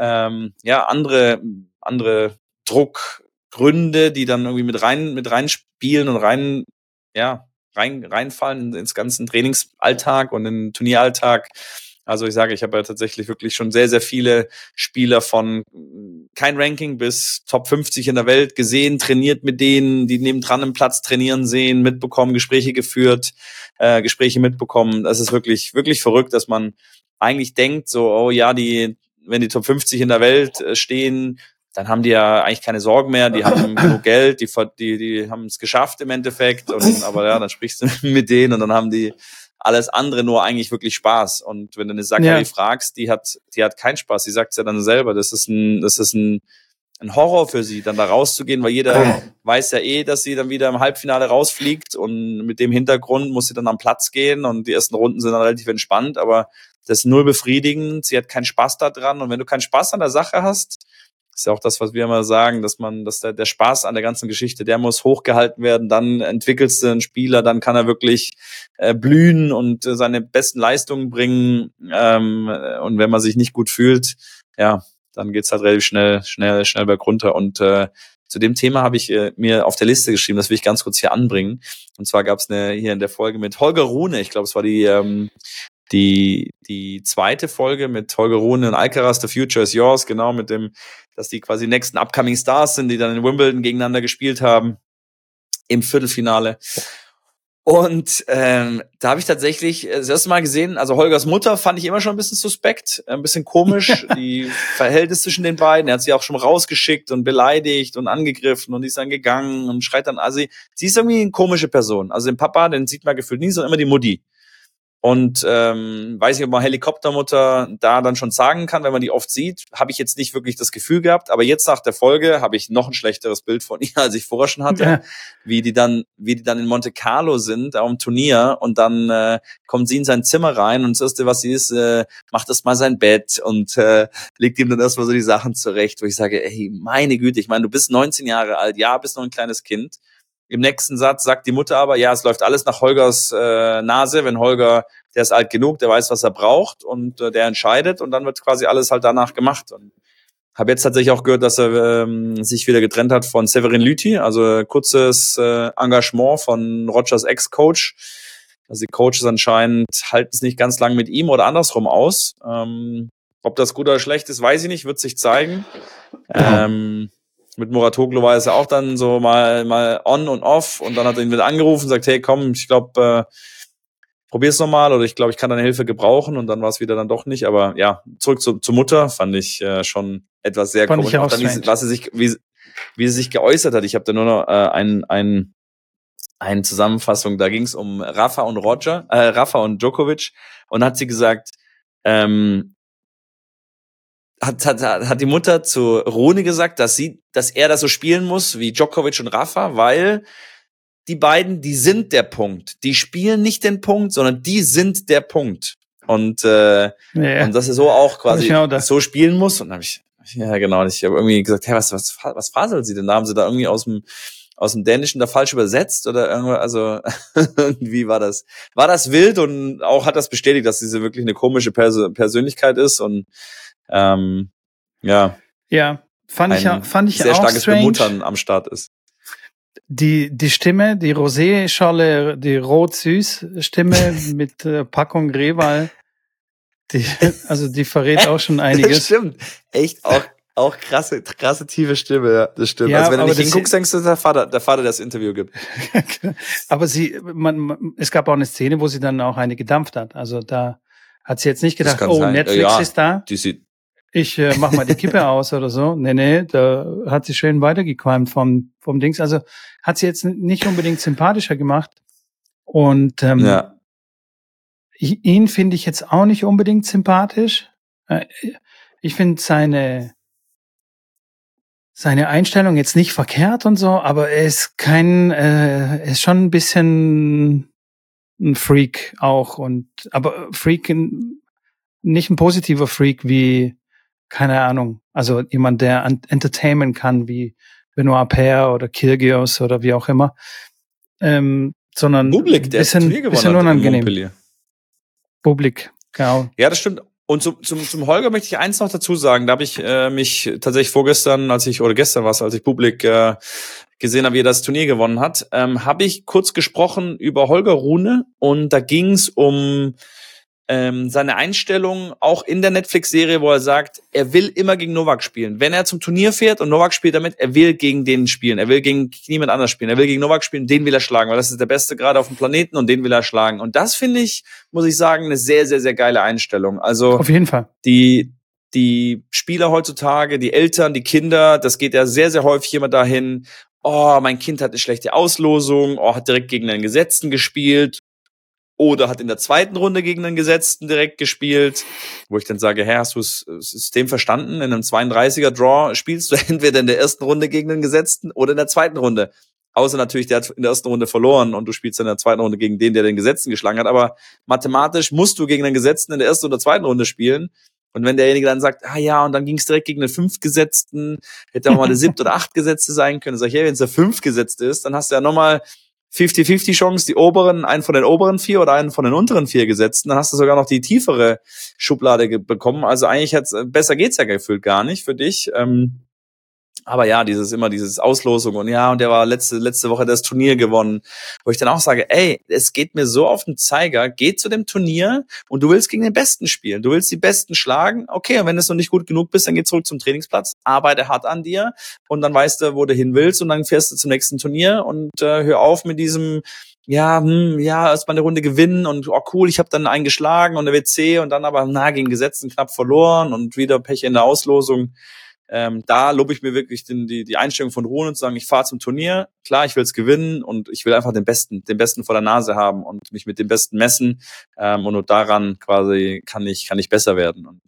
andere Druckgründe, die dann irgendwie mit reinspielen und reinfallen ins ganzen Trainingsalltag und in den Turnieralltag. Also ich sage, ich habe ja tatsächlich wirklich schon sehr, sehr viele Spieler von kein Ranking bis Top 50 in der Welt gesehen, trainiert mit denen, die nebendran im Platz trainieren sehen, mitbekommen, Gespräche geführt, Gespräche mitbekommen. Das ist wirklich, wirklich verrückt, dass man eigentlich denkt, so, oh ja, wenn die Top 50 in der Welt stehen, dann haben die ja eigentlich keine Sorgen mehr, die haben genug Geld, die haben es geschafft im Endeffekt, aber ja, dann sprichst du mit denen und dann haben die alles andere nur eigentlich wirklich Spaß. Und wenn du eine Zachary fragst, die hat keinen Spaß, die sagt es ja dann selber, das ist ein Horror für sie, dann da rauszugehen, weil jeder weiß ja dass sie dann wieder im Halbfinale rausfliegt und mit dem Hintergrund muss sie dann am Platz gehen und die ersten Runden sind dann relativ entspannt, aber das ist null befriedigend, sie hat keinen Spaß da dran und wenn du keinen Spaß an der Sache hast, ist ja auch das, was wir immer sagen, dass der Spaß an der ganzen Geschichte, der muss hochgehalten werden, dann entwickelst du einen Spieler, dann kann er wirklich blühen und seine besten Leistungen bringen und wenn man sich nicht gut fühlt, ja, dann geht's halt relativ schnell bergunter und zu dem Thema habe ich mir auf der Liste geschrieben, das will ich ganz kurz hier anbringen. Und zwar gab's hier in der Folge mit Holger Rune, ich glaube, es war die zweite Folge mit Holger Rune und Alcaraz, The Future is Yours, genau, mit dem, dass die quasi nächsten Upcoming Stars sind, die dann in Wimbledon gegeneinander gespielt haben im Viertelfinale. Und da habe ich tatsächlich das erste Mal gesehen, also Holgers Mutter fand ich immer schon ein bisschen suspekt, ein bisschen komisch, die Verhältnis zwischen den beiden. Er hat sie auch schon rausgeschickt und beleidigt und angegriffen und die ist dann gegangen und schreit dann, also sie ist irgendwie eine komische Person. Also den Papa, den sieht man gefühlt nie, sondern immer die Mutti. Und weiß nicht, ob man Helikoptermutter da dann schon sagen kann, wenn man die oft sieht, habe ich jetzt nicht wirklich das Gefühl gehabt, aber jetzt nach der Folge habe ich noch ein schlechteres Bild von ihr, als ich vorher schon hatte, wie die dann in Monte Carlo sind, auf dem Turnier und dann kommt sie in sein Zimmer rein und das Erste, was sie ist, macht erst mal sein Bett und legt ihm dann erstmal so die Sachen zurecht, wo ich sage, ey, meine Güte, ich meine, du bist 19 Jahre alt, ja, bist noch ein kleines Kind. Im nächsten Satz sagt die Mutter aber, ja, es läuft alles nach Holgers Nase, wenn Holger, der ist alt genug, der weiß, was er braucht und der entscheidet und dann wird quasi alles halt danach gemacht. Und habe jetzt tatsächlich auch gehört, dass er sich wieder getrennt hat von Severin Lüthi, also kurzes Engagement von Rogers Ex-Coach. Also die Coaches anscheinend halten es nicht ganz lang mit ihm oder andersrum aus. Ob das gut oder schlecht ist, weiß ich nicht, wird sich zeigen. Mit Muratoglu war es ja auch dann so mal on und off und dann hat er ihn wieder angerufen und sagt, hey komm, ich glaube, probier's nochmal oder ich glaube, ich kann deine Hilfe gebrauchen und dann war es wieder dann doch nicht, aber ja, zurück zur Mutter fand ich schon etwas sehr komisch. Auch dann, wie sie sich geäußert hat. Ich habe da nur noch eine Zusammenfassung, da ging es um Rafa und Djokovic und hat sie gesagt, hat die Mutter zu Rune gesagt, dass er das so spielen muss wie Djokovic und Rafa, weil die beiden, die sind der Punkt. Die spielen nicht den Punkt, sondern die sind der Punkt. Und dass er so auch quasi so spielen muss. Und dann habe ich, ja genau, ich habe irgendwie gesagt, hey, was faseln sie denn? Da haben sie da irgendwie aus dem Dänischen da falsch übersetzt oder irgendwas, also irgendwie war das wild und auch hat das bestätigt, dass diese wirklich eine komische Persönlichkeit ist und ja, fand ich sehr auch starkes strange. Bemuttern am Start ist. Die Stimme, die Rosé-Schale, die Rot-Süß-Stimme mit Packung Reval, die verrät auch schon einiges. Das stimmt, echt auch krasse tiefe Stimme, ja, das stimmt. Ja, also wenn du nicht hinguckst, denkst du, der Vater das Interview gibt. Aber es gab auch eine Szene, wo sie dann auch eine gedampft hat. Also da hat sie jetzt nicht gedacht, sein. Netflix ist da. Ich mach mal die Kippe aus oder so. Nee, da hat sie schön weitergequalmt vom Dings. Also hat sie jetzt nicht unbedingt sympathischer gemacht. Und ihn finde ich jetzt auch nicht unbedingt sympathisch. Ich finde seine Einstellung jetzt nicht verkehrt und so, aber er ist er ist schon ein bisschen ein Freak auch aber Freak nicht ein positiver Freak wie, keine Ahnung, also jemand, der entertainen kann wie Benoit Paire oder Kyrgios oder wie auch immer, sondern Bublik, der bisschen unangenehm. Bublik, genau. Ja, das stimmt. Und zum Holger möchte ich eins noch dazu sagen. Da habe ich mich tatsächlich vorgestern, als ich Bublik gesehen habe, wie er das Turnier gewonnen hat, habe ich kurz gesprochen über Holger Rune und da ging es um seine Einstellung auch in der Netflix-Serie, wo er sagt, er will immer gegen Novak spielen. Wenn er zum Turnier fährt und Novak spielt damit, er will gegen den spielen. Er will gegen niemand anders spielen. Er will gegen Novak spielen, den will er schlagen, weil das ist der Beste gerade auf dem Planeten und den will er schlagen. Und das finde ich, muss ich sagen, eine sehr, sehr, sehr geile Einstellung. Also auf jeden Fall. Die Spieler heutzutage, die Eltern, die Kinder, das geht ja sehr, sehr häufig immer dahin, oh, mein Kind hat eine schlechte Auslosung, oh, hat direkt gegen einen Gesetzten gespielt, oder hat in der zweiten Runde gegen einen Gesetzten direkt gespielt, wo ich dann sage, hast du das System verstanden? In einem 32er-Draw spielst du entweder in der ersten Runde gegen einen Gesetzten oder in der zweiten Runde. Außer natürlich, der hat in der ersten Runde verloren und du spielst in der zweiten Runde gegen den, der den Gesetzten geschlagen hat. Aber mathematisch musst du gegen einen Gesetzten in der ersten oder zweiten Runde spielen. Und wenn derjenige dann sagt, und dann ging es direkt gegen den Fünftgesetzten, hätte auch mal der Siebte oder Achtgesetzte sein können. Sag ich, wenn es der Fünftgesetzte ist, dann hast du ja nochmal 50-50 Chance, einen von den oberen 4 oder einen von den unteren 4 Gesetzten, dann hast du sogar noch die tiefere Schublade bekommen. Also eigentlich besser geht's ja gefühlt gar nicht für dich. Aber ja, dieses Auslosung und der war letzte Woche das Turnier gewonnen, wo ich dann auch sage, es geht mir so auf den Zeiger, geh zu dem Turnier und du willst gegen den Besten spielen, du willst die Besten schlagen, okay, und wenn du noch nicht gut genug bist, dann geh zurück zum Trainingsplatz, arbeite hart an dir und dann weißt du, wo du hin willst und dann fährst du zum nächsten Turnier und hör auf mit diesem erstmal eine Runde gewinnen und cool, ich habe dann einen geschlagen und eine WC und dann aber gegen Gesetzen knapp verloren und wieder Pech in der Auslosung. Da lobe ich mir wirklich die Einstellung von Rune und zu sagen, ich fahre zum Turnier, klar, ich will es gewinnen und ich will einfach den Besten vor der Nase haben und mich mit dem Besten messen und nur daran quasi kann ich besser werden und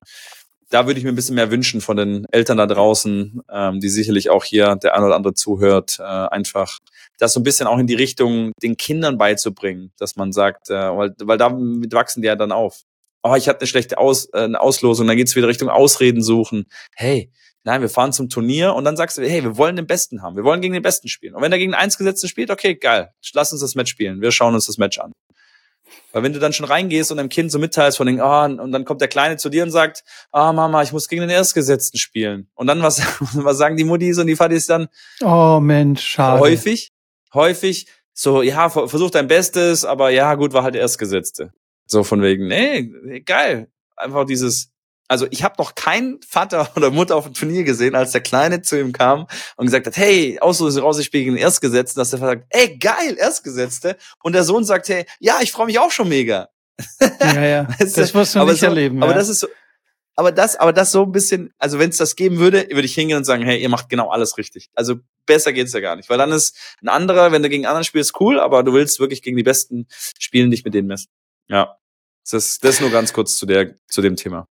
da würde ich mir ein bisschen mehr wünschen von den Eltern da draußen, die sicherlich auch hier der ein oder andere zuhört, einfach das so ein bisschen auch in die Richtung den Kindern beizubringen, dass man sagt, weil damit wachsen die ja dann auf. Ich hatte eine schlechte Auslosung, dann geht's wieder Richtung Ausreden suchen. Hey, nein, wir fahren zum Turnier und dann sagst du, hey, wir wollen den Besten haben, wir wollen gegen den Besten spielen. Und wenn er gegen einen Gesetzten spielt, okay, geil, lass uns das Match spielen, wir schauen uns das Match an. Weil wenn du dann schon reingehst und deinem Kind so mitteilst von den, und dann kommt der Kleine zu dir und sagt, Mama, ich muss gegen den Erstgesetzten spielen. Und dann was sagen die Muttis und die Vadis dann? Oh Mensch, schade. Häufig, so, versuch dein Bestes, aber gut, war halt der Erstgesetzte. So von wegen, geil. Einfach also ich habe noch keinen Vater oder Mutter auf dem Turnier gesehen, als der Kleine zu ihm kam und gesagt hat, hey, Auslosung raus, ich spiele gegen den Erstgesetzten, dass der Vater sagt, geil, Erstgesetzte. Und der Sohn sagt, hey, ich freue mich auch schon mega. Ja. Das wirst du nicht erleben. Aber das ist so, aber das so ein bisschen, also wenn es das geben würde ich hingehen und sagen, hey, ihr macht genau alles richtig. Also besser geht's ja gar nicht, weil dann ist ein anderer, wenn du gegen anderen spielst, cool, aber du willst wirklich gegen die Besten spielen, dich mit denen messen. Ja. Das nur ganz kurz zu dem Thema.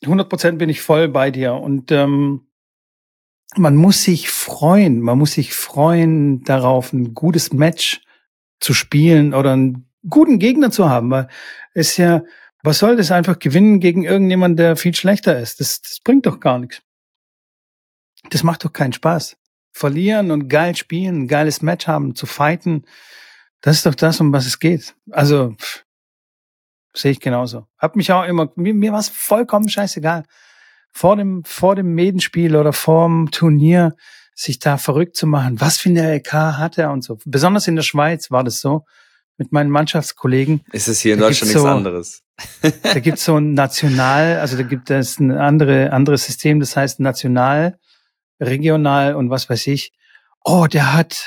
100% bin ich voll bei dir. Und man muss sich freuen. Man muss sich freuen darauf, ein gutes Match zu spielen oder einen guten Gegner zu haben. Weil es ja, was soll das einfach gewinnen gegen irgendjemanden, der viel schlechter ist? Das bringt doch gar nichts. Das macht doch keinen Spaß. Verlieren und geil spielen, ein geiles Match haben, zu fighten, das ist doch das, um was es geht. Also, sehe ich genauso. Hab mich auch immer, mir war es vollkommen scheißegal. Vor dem Medenspiel oder vorm Turnier sich da verrückt zu machen. Was für eine LK hat er und so. Besonders in der Schweiz war das so. Mit meinen Mannschaftskollegen. Ist es hier in Deutschland nichts anderes? Da gibt's so ein National, also da gibt es ein anderes System, das heißt National, Regional und was weiß ich. Oh, der hat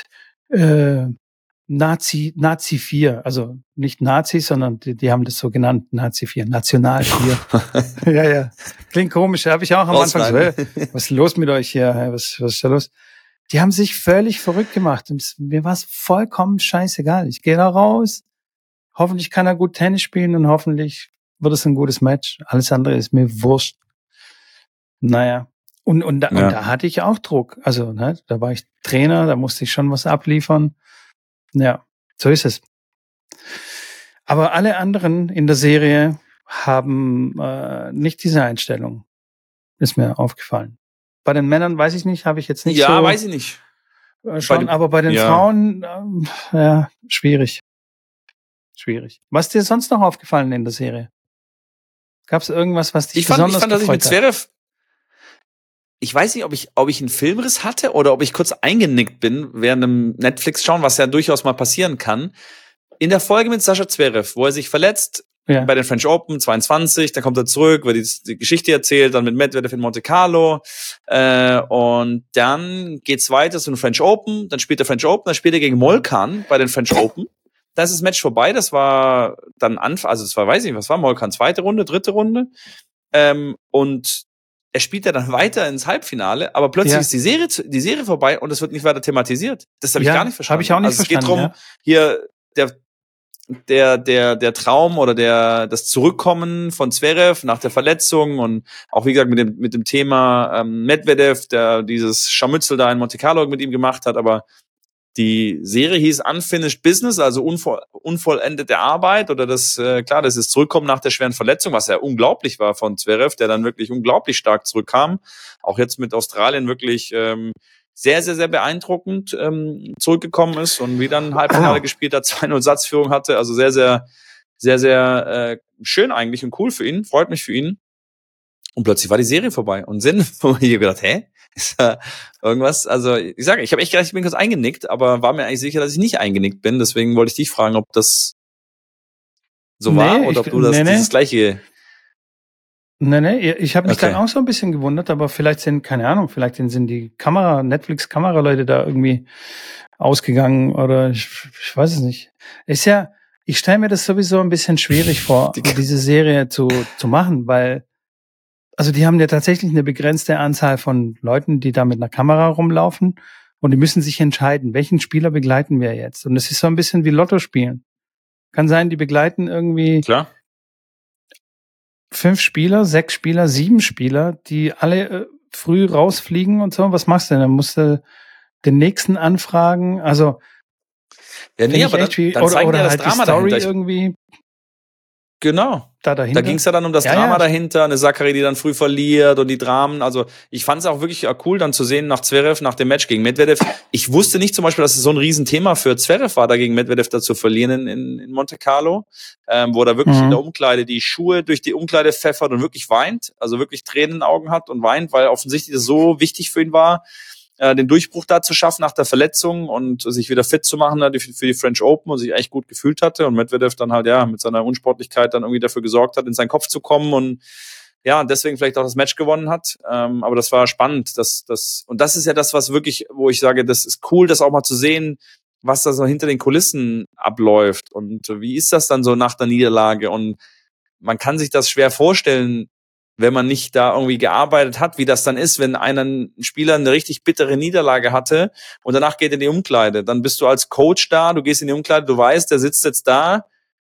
Nazi 4, also nicht Nazis, sondern die haben das so genannt, Nazi 4, National 4. Ja. Klingt komisch, habe ich auch am Anfang so, was ist los mit euch hier? Was ist da los? Die haben sich völlig verrückt gemacht und mir war es vollkommen scheißegal. Ich gehe da raus, hoffentlich kann er gut Tennis spielen und hoffentlich wird es ein gutes Match. Alles andere ist mir wurscht. Naja. Und da hatte ich auch Druck. Also, ne, da war ich Trainer, da musste ich schon was abliefern. Ja, so ist es. Aber alle anderen in der Serie haben nicht diese Einstellung. Ist mir aufgefallen. Bei den Männern weiß ich nicht, habe ich jetzt nicht so. Ja, weiß ich nicht. Schon, aber bei den Frauen, schwierig. Schwierig. Was ist dir sonst noch aufgefallen in der Serie? Gab es irgendwas, was dich besonders gefreut hat? Dass ich mit Zverev, ich weiß nicht, ob ich einen Filmriss hatte oder ob ich kurz eingenickt bin während einem Netflix-Schauen, was ja durchaus mal passieren kann. In der Folge mit Sascha Zverev, wo er sich verletzt, bei den French Open 22, dann kommt er zurück, wird die Geschichte erzählt, dann mit Medvedev in Monte Carlo, und dann geht's weiter zu den French Open, dann spielt er French Open, dann spielt er gegen Molkan bei den French Open. Da ist das Match vorbei, das war dann also das war, weiß ich nicht, was war Molkan, zweite Runde, dritte Runde, und er spielt ja dann weiter ins Halbfinale, aber plötzlich ist die Serie vorbei und es wird nicht weiter thematisiert. Das habe ich gar nicht verstanden. Habe ich auch nicht verstanden. Es geht drum, hier der Traum oder das Zurückkommen von Zverev nach der Verletzung und auch wie gesagt mit dem Thema Medvedev, der dieses Scharmützel da in Monte Carlo mit ihm gemacht hat, aber die Serie hieß Unfinished Business, also unvollendete Arbeit oder das ist Zurückkommen nach der schweren Verletzung, was ja unglaublich war von Zverev, der dann wirklich unglaublich stark zurückkam, auch jetzt mit Australien wirklich sehr, sehr, sehr beeindruckend zurückgekommen ist und wieder ein Halbfinale gespielt hat, 2-0 Satzführung hatte, also sehr, sehr, sehr, sehr schön eigentlich und cool für ihn, freut mich für ihn. Und plötzlich war die Serie vorbei und wo ich gedacht, ist da irgendwas, also ich sage, ich habe echt gedacht, ich bin kurz eingenickt, aber war mir eigentlich sicher, dass ich nicht eingenickt bin, deswegen wollte ich dich fragen, ob das so war oder ob du dieses gleiche... Nee, ich habe mich dann auch so ein bisschen gewundert, aber vielleicht sind die Netflix-Kameraleute da irgendwie ausgegangen oder ich weiß es nicht. Ist ja, ich stelle mir das sowieso ein bisschen schwierig vor, diese Serie zu machen, weil, also die haben ja tatsächlich eine begrenzte Anzahl von Leuten, die da mit einer Kamera rumlaufen und die müssen sich entscheiden, welchen Spieler begleiten wir jetzt. Und es ist so ein bisschen wie Lotto spielen. Kann sein, die begleiten irgendwie 5 Spieler, 6 Spieler, 7 Spieler, die alle früh rausfliegen und so. Was machst du denn? Dann musst du den nächsten anfragen. Also ja, nee, aber dann zeigen oder ja das halt Drama die Story dahinter. Irgendwie. Genau. Da ging es ja dann um das Drama dahinter, eine Sakkari, die dann früh verliert und die Dramen. Also ich fand es auch wirklich cool, dann zu sehen nach Zverev, nach dem Match gegen Medvedev. Ich wusste nicht zum Beispiel, dass es so ein Riesenthema für Zverev war, da gegen Medvedev da zu verlieren in Monte Carlo, wo er wirklich in der Umkleide die Schuhe durch die Umkleide pfeffert und wirklich weint, also wirklich Tränen in den Augen hat und weint, weil offensichtlich das so wichtig für ihn war, den Durchbruch da zu schaffen nach der Verletzung und sich wieder fit zu machen für die French Open und sich echt gut gefühlt hatte und Medvedev dann halt mit seiner Unsportlichkeit dann irgendwie dafür gesorgt hat, in seinen Kopf zu kommen und deswegen vielleicht auch das Match gewonnen hat. Aber das war spannend. Und das ist ja das, was wirklich, wo ich sage, das ist cool, das auch mal zu sehen, was da so hinter den Kulissen abläuft und wie ist das dann so nach der Niederlage und man kann sich das schwer vorstellen, wenn man nicht da irgendwie gearbeitet hat, wie das dann ist, wenn ein Spieler eine richtig bittere Niederlage hatte und danach geht in die Umkleide. Dann bist du als Coach da, du gehst in die Umkleide, du weißt, der sitzt jetzt da,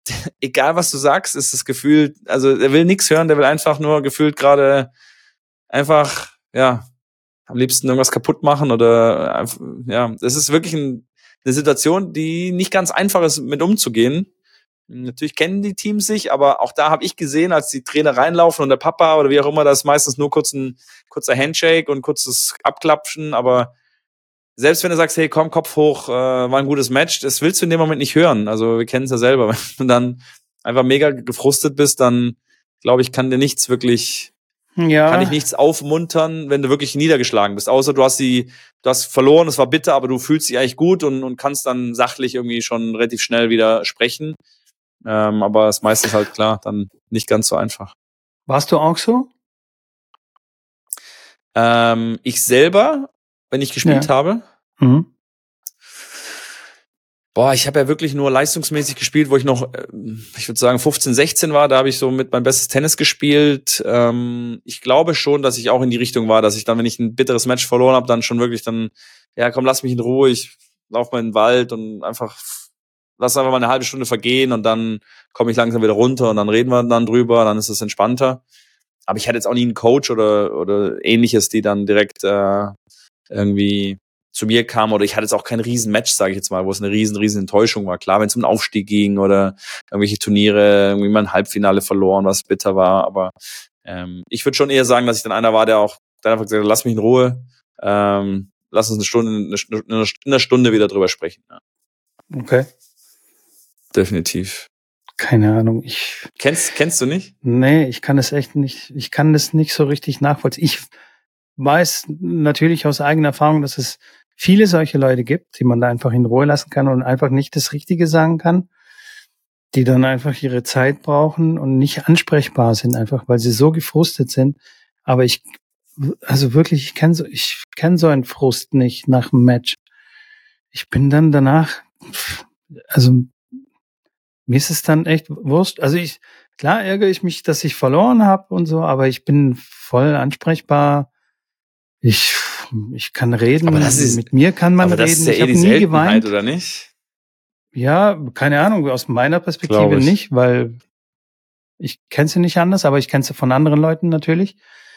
egal was du sagst, ist das Gefühl, also er will nichts hören, der will einfach nur gefühlt gerade einfach, ja, am liebsten irgendwas kaputt machen oder, ja, das ist wirklich eine Situation, die nicht ganz einfach ist, mit umzugehen. Natürlich kennen die Teams sich, aber auch da habe ich gesehen, als die Trainer reinlaufen und der Papa oder wie auch immer, das ist meistens nur kurzer Handshake und kurzes Abklapschen, aber selbst wenn du sagst, hey, komm, Kopf hoch, war ein gutes Match, das willst du in dem Moment nicht hören. Also wir kennen es ja selber. Wenn du dann einfach mega gefrustet bist, dann glaube ich, kann dich nichts aufmuntern, wenn du wirklich niedergeschlagen bist. Außer du hast verloren, es war bitter, aber du fühlst dich eigentlich gut und kannst dann sachlich irgendwie schon relativ schnell wieder sprechen. Aber es ist meistens halt klar, dann nicht ganz so einfach. Warst du auch so? Ich selber, wenn ich gespielt habe, boah, ich habe ja wirklich nur leistungsmäßig gespielt, wo ich noch, ich würde sagen 15, 16 war, da habe ich so mit mein bestes Tennis gespielt. Ich glaube schon, dass ich auch in die Richtung war, dass ich dann, wenn ich ein bitteres Match verloren habe, dann schon wirklich dann, ja komm, lass mich in Ruhe, ich lauf mal in den Wald und lass einfach mal eine halbe Stunde vergehen und dann komme ich langsam wieder runter und dann reden wir dann drüber, dann ist es entspannter. Aber ich hatte jetzt auch nie einen Coach oder ähnliches, die dann direkt irgendwie zu mir kam, oder ich hatte jetzt auch kein Riesenmatch, sage ich jetzt mal, wo es eine riesen Enttäuschung war. Klar, wenn es um den Aufstieg ging oder irgendwelche Turniere, irgendwie mal ein Halbfinale verloren, was bitter war, aber ich würde schon eher sagen, dass ich dann einer war, der auch dann einfach gesagt hat, lass mich in Ruhe, lass uns in einer Stunde wieder drüber sprechen. Ja. Okay. Definitiv. Keine Ahnung. Kennst du nicht? Nee, ich kann das echt nicht. Ich kann das nicht so richtig nachvollziehen. Ich weiß natürlich aus eigener Erfahrung, dass es viele solche Leute gibt, die man da einfach in Ruhe lassen kann und einfach nicht das Richtige sagen kann, die dann einfach ihre Zeit brauchen und nicht ansprechbar sind, einfach weil sie so gefrustet sind. Aber ich kenne so einen Frust nicht nach dem Match. Ich bin dann danach, also mir ist es dann echt wurscht. Also klar ärgere ich mich, dass ich verloren habe und so, aber ich bin voll ansprechbar. Ich kann reden. Aber mit mir kann man reden. Das ist ja ich habe die nie geweint, oder nicht? Ja, keine Ahnung, aus meiner Perspektive nicht, weil ich kenne sie nicht anders, aber ich kenne sie von anderen Leuten natürlich.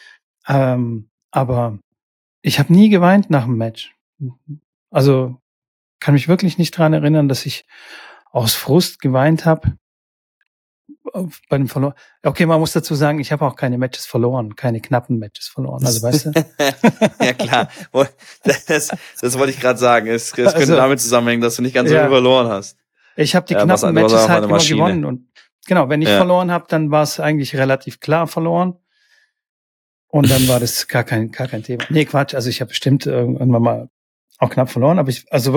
Aber ich habe nie geweint nach dem Match. Also kann mich wirklich nicht dran erinnern, dass ich aus Frust geweint habe bei dem Verloren. Okay, man muss dazu sagen, ich habe auch keine Matches verloren, keine knappen Matches verloren. Also weißt du? Ja klar, das wollte ich gerade sagen. Es könnte damit zusammenhängen, dass du nicht ganz so viel verloren hast. Ich habe die knappen Matches halt immer gewonnen. Und genau, wenn ich verloren habe, dann war es eigentlich relativ klar verloren. Und dann war das gar kein Thema. Nee, Quatsch. Also ich habe bestimmt irgendwann mal auch knapp verloren, aber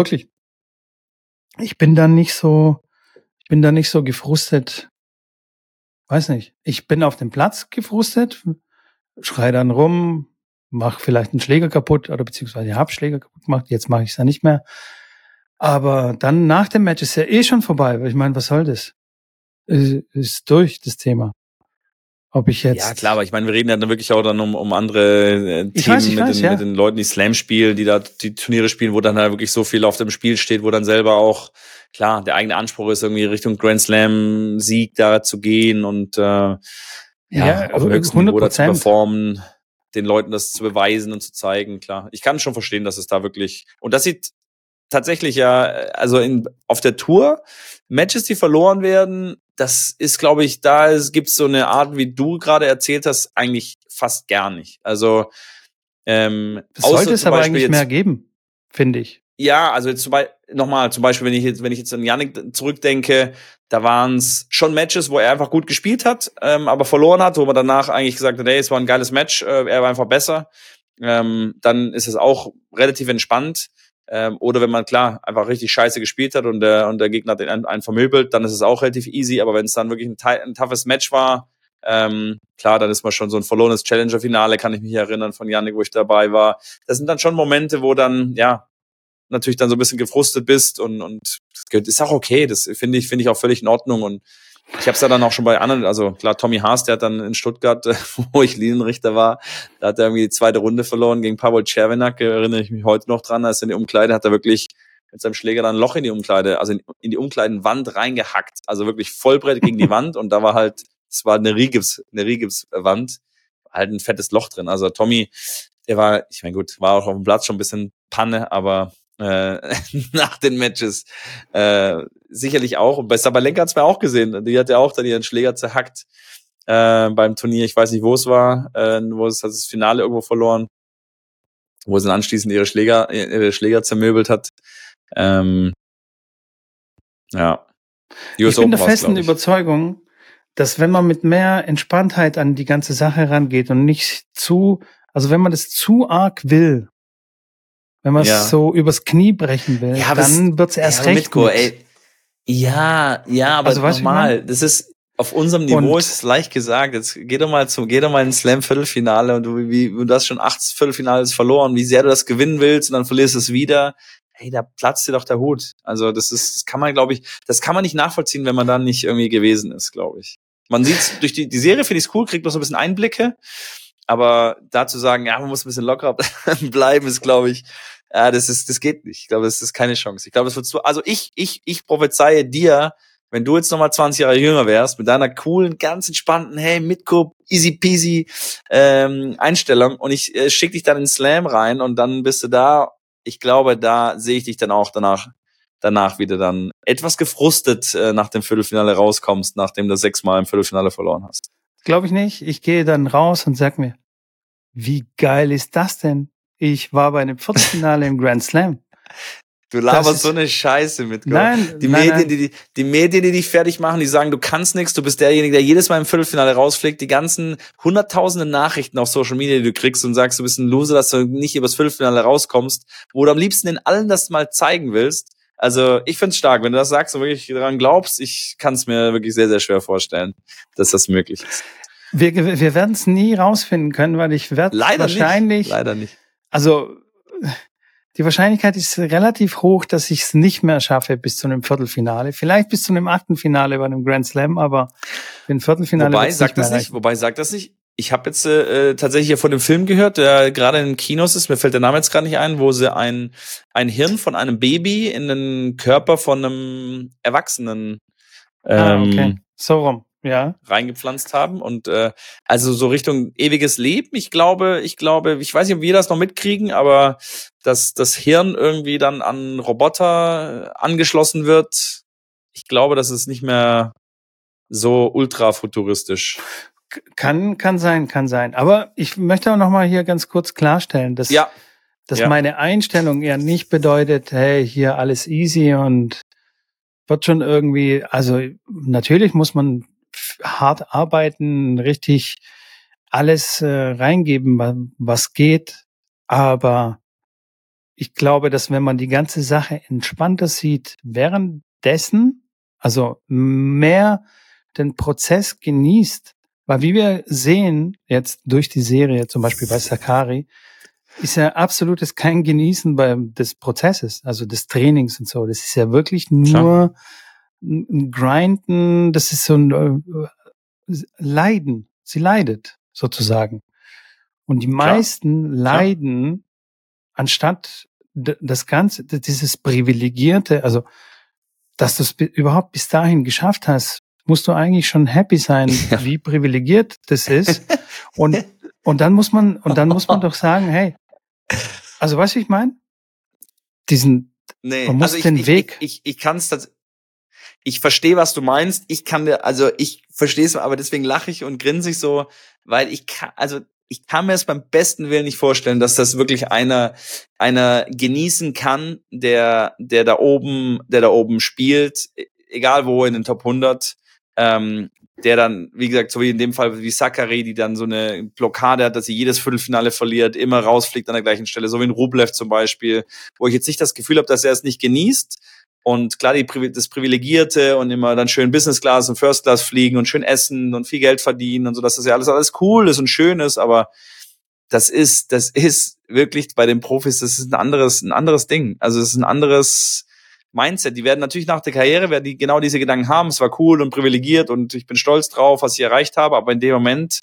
ich bin dann nicht so gefrustet. Weiß nicht. Ich bin auf dem Platz gefrustet, schrei dann rum, mach vielleicht einen Schläger kaputt oder beziehungsweise hab Schläger kaputt gemacht. Jetzt mache ich es ja nicht mehr. Aber dann nach dem Match ist ja eh schon vorbei. Ich meine, was soll das? Ist durch, das Thema. Ob ich jetzt... Ja, klar, aber ich meine, wir reden ja dann wirklich auch dann um andere Themen mit den Leuten, die Slam spielen, die da die Turniere spielen, wo dann halt wirklich so viel auf dem Spiel steht, wo dann selber auch, klar, der eigene Anspruch ist, irgendwie Richtung Grand Slam Sieg da zu gehen und auf dem höchsten Niveau da zu performen, den Leuten das zu beweisen und zu zeigen, klar. Ich kann schon verstehen, dass es da wirklich, und das sieht tatsächlich ja, also auf der Tour, Matches, die verloren werden, das ist, glaube ich, gibt's so eine Art, wie du gerade erzählt hast, eigentlich fast gar nicht. Also das sollte es aber eigentlich mehr geben, finde ich. Ja, also jetzt zum Beispiel, wenn ich jetzt an Yannick zurückdenke, da waren es schon Matches, wo er einfach gut gespielt hat, aber verloren hat, wo man danach eigentlich gesagt hat, hey, es war ein geiles Match, er war einfach besser. Dann ist es auch relativ entspannt. Oder wenn man, klar, einfach richtig scheiße gespielt hat und der Gegner hat einen vermöbelt, dann ist es auch relativ easy. Aber wenn es dann wirklich ein toughes Match war, klar, dann ist man schon so ein verlorenes Challenger-Finale, kann ich mich erinnern, von Yannick, wo ich dabei war. Das sind dann schon Momente, wo dann, ja, natürlich dann so ein bisschen gefrustet bist und das ist auch okay. Das finde ich auch völlig in Ordnung. Und ich habe es ja dann auch schon bei anderen, also klar, Tommy Haas, der hat dann in Stuttgart, wo ich Linienrichter war, da hat er irgendwie die zweite Runde verloren gegen Pavel Červenak, erinnere ich mich heute noch dran, als er in die Umkleide hat er wirklich mit seinem Schläger dann ein Loch in die Umkleide, also in die Umkleidenwand reingehackt. Also wirklich Vollbrett gegen die Wand und da war halt, es war eine Rigipswand, halt ein fettes Loch drin. Also Tommy, der war, ich meine gut, war auch auf dem Platz schon ein bisschen Panne, aber nach den Matches sicherlich auch. Und bei Sabalenka hat's mir auch gesehen. Die hat ja auch dann ihren Schläger zerhackt beim Turnier. Ich weiß nicht, wo es war, wo es hat das Finale irgendwo verloren, wo sie dann anschließend ihre Schläger zermöbelt hat. Ja. Ich bin der festen Überzeugung, dass wenn man mit mehr Entspanntheit an die ganze Sache rangeht und nicht also wenn man das zu arg will, wenn man es so übers Knie brechen will, dann wird's erst recht gut. Ja, aber also, normal. Das ist auf unserem Niveau ist es leicht gesagt. Jetzt geh doch mal ins Slam-Viertelfinale und du hast schon 8 Viertelfinales verloren. Wie sehr du das gewinnen willst und dann verlierst du es wieder. Hey, da platzt dir doch der Hut. Also das kann man, glaube ich, das kann man nicht nachvollziehen, wenn man da nicht irgendwie gewesen ist, glaube ich. Man sieht's durch die Serie, finde ich cool, kriegt noch so ein bisschen Einblicke. Aber da zu sagen, ja, man muss ein bisschen lockerer bleiben, ist, glaube ich, ja, das geht nicht. Ich glaube, das ist keine Chance. Ich glaube, das wird also ich prophezeie dir, wenn du jetzt nochmal 20 Jahre jünger wärst, mit deiner coolen, ganz entspannten, hey, Midcup, easy peasy, Einstellung und ich schicke dich dann in Slam rein und dann bist du da. Ich glaube, da sehe ich dich dann auch danach wieder dann etwas gefrustet nach dem Viertelfinale rauskommst, nachdem du 6-mal im Viertelfinale verloren hast. Glaube ich nicht. Ich gehe dann raus und sag mir, wie geil ist das denn? Ich war bei einem Viertelfinale im Grand Slam. Du laberst so eine Scheiße mit. Nein, die Medien, die dich fertig machen, die sagen, du kannst nichts, du bist derjenige, der jedes Mal im Viertelfinale rausfliegt, die ganzen hunderttausende Nachrichten auf Social Media, die du kriegst und sagst, du bist ein Loser, dass du nicht übers Viertelfinale rauskommst, wo du am liebsten in allen das mal zeigen willst. Also ich find's stark, wenn du das sagst und wirklich daran glaubst, ich kann es mir wirklich sehr, sehr schwer vorstellen, dass das möglich ist. Wir werden es nie rausfinden können, weil ich werde wahrscheinlich... Leider nicht. Also die Wahrscheinlichkeit ist relativ hoch, dass ich es nicht mehr schaffe bis zu einem Viertelfinale. Vielleicht bis zu einem Achtelfinale bei einem Grand Slam, aber für ein Viertelfinale Wobei sagt das nicht. Ich habe jetzt tatsächlich ja von dem Film gehört, der gerade in Kinos ist, mir fällt der Name jetzt gerade nicht ein, wo sie ein Hirn von einem Baby in den Körper von einem Erwachsenen okay. So rum. Ja. reingepflanzt haben und also so Richtung ewiges Leben. Ich glaube, ich weiß nicht, ob wir das noch mitkriegen, aber dass das Hirn irgendwie dann an Roboter angeschlossen wird, ich glaube, das ist nicht mehr so ultra futuristisch. Kann sein. Aber ich möchte auch noch mal hier ganz kurz klarstellen, dass meine Einstellung eher nicht bedeutet, hey, hier alles easy und wird schon irgendwie, also natürlich muss man hart arbeiten, richtig alles reingeben, was geht. Aber ich glaube, dass wenn man die ganze Sache entspannter sieht, währenddessen, also mehr den Prozess genießt, weil wie wir sehen jetzt durch die Serie, zum Beispiel bei Sakkari, ist ja absolutes kein Genießen des Prozesses, also des Trainings und so. Das ist ja wirklich nur ein Grinden, das ist so ein Leiden. Sie leidet sozusagen. Und die meisten leiden, anstatt das Ganze, dieses Privilegierte, also dass du es überhaupt bis dahin geschafft hast, musst du eigentlich schon happy sein, wie privilegiert das ist. Und dann muss man doch sagen, hey, also weißt du, ich meine? Man muss den Weg. Ich kann es ich verstehe, was du meinst. Ich verstehe es, aber deswegen lache ich und grinse ich so, weil ich kann mir es beim besten Willen nicht vorstellen, dass das wirklich einer genießen kann, der da oben spielt, egal wo in den Top 100, der dann, wie gesagt, so wie in dem Fall wie Sakkari, die dann so eine Blockade hat, dass sie jedes Viertelfinale verliert, immer rausfliegt an der gleichen Stelle, so wie in Rublev zum Beispiel, wo ich jetzt nicht das Gefühl habe, dass er es nicht genießt. Und klar, das Privilegierte und immer dann schön Business Class und First Class fliegen und schön essen und viel Geld verdienen und so, dass das ja alles cool ist und schön ist, aber das ist wirklich bei den Profis, das ist ein anderes Ding. Also es ist ein anderes Mindset. Die werden natürlich nach der Karriere, werden die genau diese Gedanken haben, es war cool und privilegiert und ich bin stolz drauf, was ich erreicht habe, aber in dem Moment,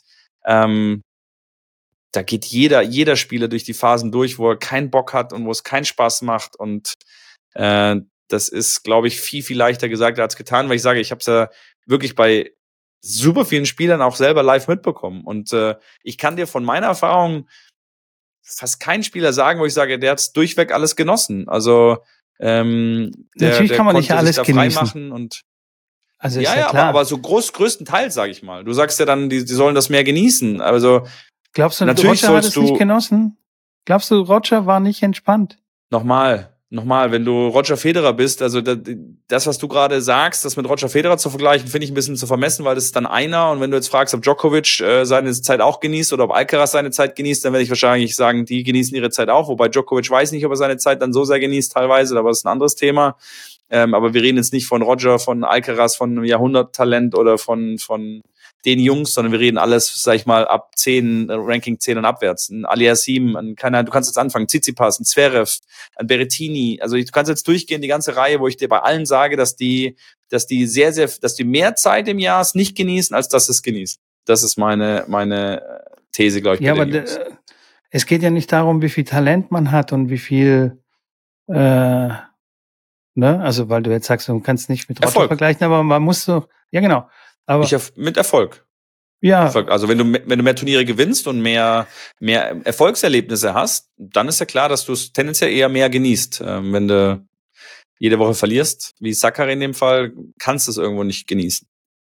da geht jeder Spieler durch die Phasen durch, wo er keinen Bock hat und wo es keinen Spaß macht und Das ist, glaube ich, viel, viel leichter gesagt als getan, weil ich sage, ich habe es ja wirklich bei super vielen Spielern auch selber live mitbekommen. Und ich kann dir von meiner Erfahrung fast keinen Spieler sagen, wo ich sage, der hat's durchweg alles genossen. Also Natürlich der kann man nicht konnte sich alles da frei genießen. machen und Also ist ja, ja ja, klar. aber so größtenteils, sage ich mal. Du sagst ja dann, die sollen das mehr genießen. Also Glaubst du, natürlich Roger hat sollst es nicht du genossen? Glaubst du, Roger war nicht entspannt? nochmal, wenn du Roger Federer bist, also das, was du gerade sagst, das mit Roger Federer zu vergleichen, finde ich ein bisschen zu vermessen, weil das ist dann einer. Und wenn du jetzt fragst, ob Djokovic seine Zeit auch genießt oder ob Alcaraz seine Zeit genießt, dann werde ich wahrscheinlich sagen, die genießen ihre Zeit auch. Wobei Djokovic weiß nicht, ob er seine Zeit dann so sehr genießt teilweise, aber das ist ein anderes Thema. Aber wir reden jetzt nicht von Roger, von Alcaraz, von einem Jahrhunderttalent oder von den Jungs, sondern wir reden alles, sag ich mal, ab 10, Ranking 10 und abwärts. Ein Aliassime, du kannst jetzt anfangen, Tsitsipas, ein Zverev, ein Berrettini. Also du kannst jetzt durchgehen, die ganze Reihe, wo ich dir bei allen sage, dass die mehr Zeit im Jahr es nicht genießen, als dass es genießen. Das ist meine These, glaube ich, Ja, bei aber den Jungs. Es geht ja nicht darum, wie viel Talent man hat und wie viel, ne? Also, weil du jetzt sagst, du kannst nicht mit Roger Erfolg. vergleichen, aber man muss so, ja genau. Aber mit Erfolg. ja, Also wenn du mehr Turniere gewinnst und mehr Erfolgserlebnisse hast, dann ist ja klar, dass du es tendenziell eher mehr genießt. Wenn du jede Woche verlierst, wie Sakkari in dem Fall, kannst du es irgendwo nicht genießen.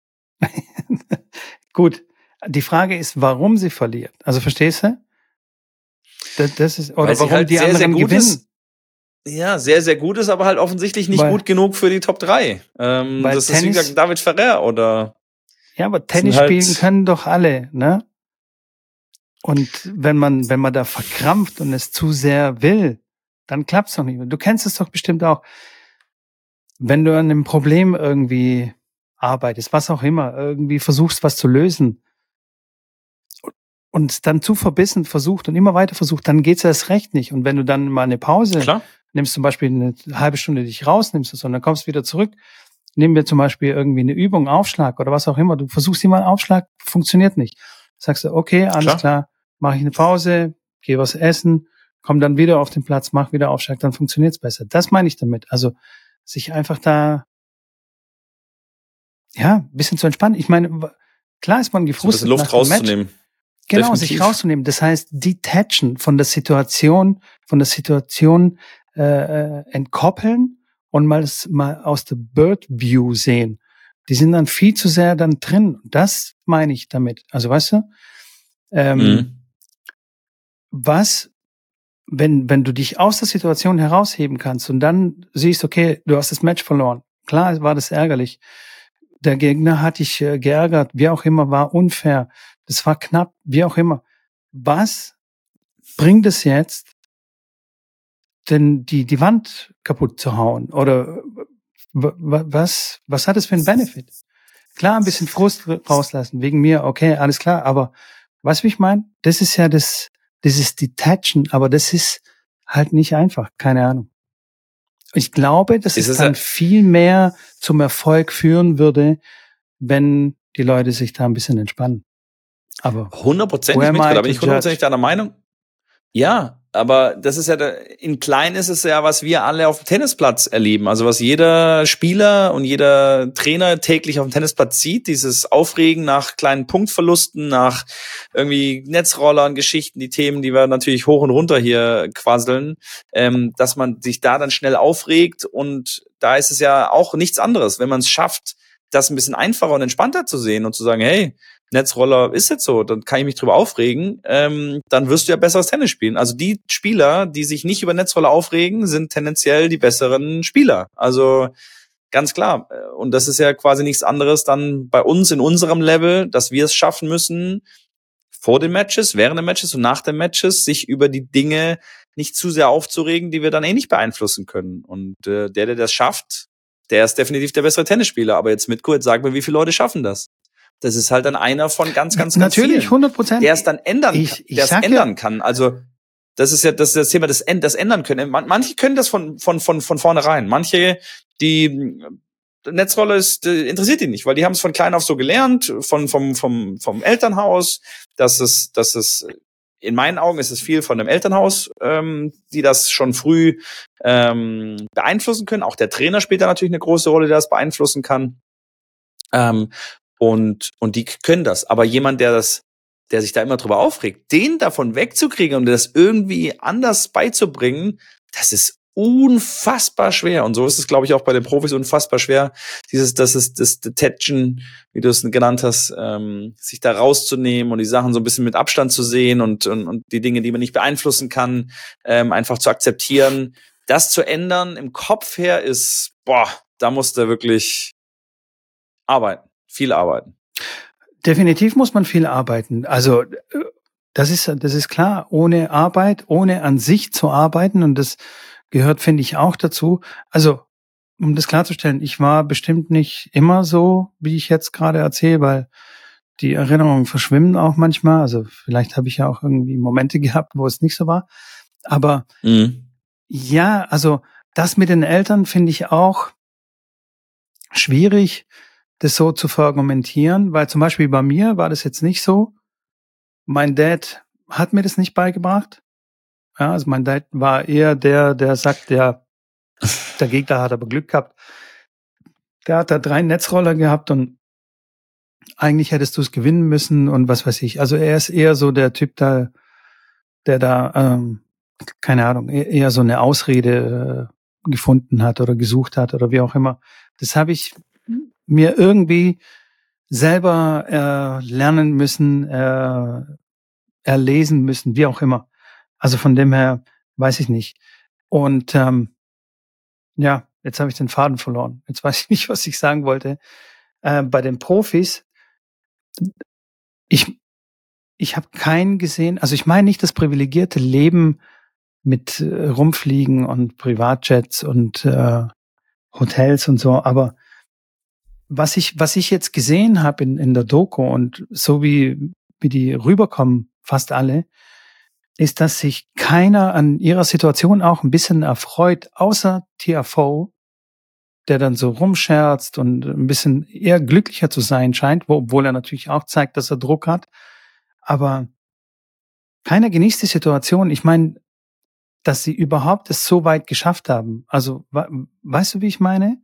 gut. Die Frage ist, warum sie verliert. Also verstehst du? Das ist, oder Weil sie warum halt die sehr, anderen sehr gut gewinnen. ist. Ja, sehr, sehr gut ist, aber halt offensichtlich nicht gut genug für die Top 3. Weil Das ist, wie Tennis, gesagt, David Ferrer oder. ja, aber Tennis spielen können doch alle, ne? Und wenn man da verkrampft und es zu sehr will, dann klappt's doch nicht mehr. Du kennst es doch bestimmt auch. Wenn du an einem Problem irgendwie arbeitest, was auch immer, irgendwie versuchst, was zu lösen und dann zu verbissen versucht und immer weiter versucht, dann geht's erst recht nicht. Und wenn du dann mal eine Pause nimmst, zum Beispiel eine halbe Stunde dich rausnimmst und dann kommst du wieder zurück, nehmen wir zum Beispiel irgendwie eine Übung, Aufschlag oder was auch immer, du versuchst immer einen Aufschlag, funktioniert nicht. Sagst du, okay, alles klar, mache ich eine Pause, gehe was essen, komm dann wieder auf den Platz, mach wieder Aufschlag, dann funktioniert's besser. Das meine ich damit. Also sich einfach da ein bisschen zu entspannen. Ich meine, klar ist man gefrustet. So ein bisschen Luft rauszunehmen. Genau, definitiv. Sich rauszunehmen. Das heißt, detachen von der Situation entkoppeln und mal aus der Bird View sehen. Die sind dann viel zu sehr dann drin. Das meine ich damit. Also weißt du, was, wenn du dich aus der Situation herausheben kannst und dann siehst, okay, du hast das Match verloren. Klar war das ärgerlich. Der Gegner hat dich geärgert, wie auch immer, war unfair. Das war knapp, wie auch immer. Was bringt es jetzt, denn die Wand kaputt zu hauen? Oder was hat es für einen Benefit? Klar, ein bisschen Frust rauslassen, wegen mir, okay, alles klar, aber weißt du, wie ich meine? Das ist ja dieses Detachen, aber das ist halt nicht einfach, keine Ahnung. Ich glaube, dass es dann viel mehr zum Erfolg führen würde, wenn die Leute sich da ein bisschen entspannen. Aber 100%, da bin ich 100% deiner Meinung. Ja, aber das ist ja, in klein ist es ja, was wir alle auf dem Tennisplatz erleben. Also was jeder Spieler und jeder Trainer täglich auf dem Tennisplatz sieht, dieses Aufregen nach kleinen Punktverlusten, nach irgendwie Netzrollern, Geschichten, die Themen, die wir natürlich hoch und runter hier quasseln, dass man sich da dann schnell aufregt. Und da ist es ja auch nichts anderes, wenn man es schafft, das ein bisschen einfacher und entspannter zu sehen und zu sagen, hey, Netzroller ist jetzt so, dann kann ich mich drüber aufregen, dann wirst du ja besseres Tennis spielen. Also die Spieler, die sich nicht über Netzroller aufregen, sind tendenziell die besseren Spieler. Also ganz klar. Und das ist ja quasi nichts anderes dann bei uns in unserem Level, dass wir es schaffen müssen, vor den Matches, während den Matches und nach den Matches, sich über die Dinge nicht zu sehr aufzuregen, die wir dann nicht beeinflussen können. Und der das schafft, der ist definitiv der bessere Tennisspieler. Aber jetzt Mitko, jetzt sag mir, wie viele Leute schaffen das? Das ist halt dann einer von ganz natürlich, vielen. 100%. Der es dann ändern kann. Also das ist das Thema, das ändern können. Manche können das von vornherein. Manche, die Netzrolle interessiert die nicht, weil die haben es von klein auf so gelernt, vom Elternhaus, dass es in meinen Augen ist es viel von dem Elternhaus, die das schon früh beeinflussen können. Auch der Trainer spielt da natürlich eine große Rolle, der das beeinflussen kann. Und die können das. Aber jemand, der sich da immer drüber aufregt, den davon wegzukriegen und das irgendwie anders beizubringen, das ist unfassbar schwer. Und so ist es, glaube ich, auch bei den Profis unfassbar schwer, das Detaching, wie du es genannt hast, sich da rauszunehmen und die Sachen so ein bisschen mit Abstand zu sehen und die Dinge, die man nicht beeinflussen kann, einfach zu akzeptieren. Das zu ändern im Kopf her ist, da musst du wirklich arbeiten, viel arbeiten. Definitiv muss man viel arbeiten. Also das ist klar, ohne Arbeit, ohne an sich zu arbeiten, und das gehört, finde ich, auch dazu. Also, um das klarzustellen, ich war bestimmt nicht immer so, wie ich jetzt gerade erzähle, weil die Erinnerungen verschwimmen auch manchmal. Also vielleicht habe ich ja auch irgendwie Momente gehabt, wo es nicht so war. Aber ja, also das mit den Eltern finde ich auch schwierig, das so zu verargumentieren, weil zum Beispiel bei mir war das jetzt nicht so. Mein Dad hat mir das nicht beigebracht. Ja, also mein Dad war eher der sagt, der Gegner hat aber Glück gehabt. Der hat da 3 Netzroller gehabt und eigentlich hättest du es gewinnen müssen und was weiß ich. Also er ist eher so der Typ da, der da, keine Ahnung, eher so eine Ausrede gefunden hat oder gesucht hat oder wie auch immer. Das habe ich mir irgendwie selber lernen müssen, erlesen müssen, wie auch immer. Also von dem her weiß ich nicht. Und ja, jetzt habe ich den Faden verloren. Jetzt weiß ich nicht, was ich sagen wollte. Bei den Profis, ich habe keinen gesehen, also ich meine nicht das privilegierte Leben mit Rumfliegen und Privatjets und Hotels und so, aber was ich jetzt gesehen habe in der Doku und so wie die rüberkommen, fast alle, ist, dass sich keiner an ihrer Situation auch ein bisschen erfreut, außer TFO, der dann so rumscherzt und ein bisschen eher glücklicher zu sein scheint, obwohl er natürlich auch zeigt, dass er Druck hat. Aber keiner genießt die Situation. Ich meine, dass sie überhaupt es so weit geschafft haben. Also, weißt du, wie ich meine?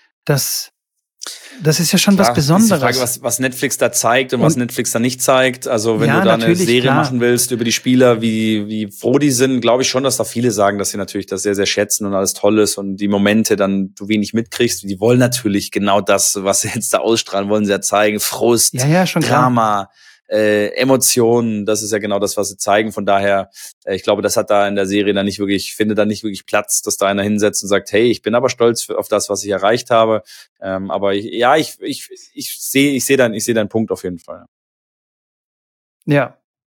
Das ist ja schon was Besonderes. Das ist die Frage, was Netflix da zeigt und was Netflix da nicht zeigt. Also wenn du da eine Serie machen willst über die Spieler, wie froh die sind, glaube ich schon, dass da viele sagen, dass sie natürlich das sehr, sehr schätzen und alles toll ist und die Momente dann du wenig mitkriegst. Die wollen natürlich genau das, was sie jetzt da ausstrahlen, wollen sie ja zeigen. Frust, schon Drama. Klar. Emotionen, das ist ja genau das, was sie zeigen. Von daher, ich glaube, das hat da in der Serie dann nicht wirklich, findet da nicht wirklich Platz, dass da einer hinsetzt und sagt, hey, ich bin aber stolz auf das, was ich erreicht habe. Aber ich sehe deinen Punkt auf jeden Fall. Ja.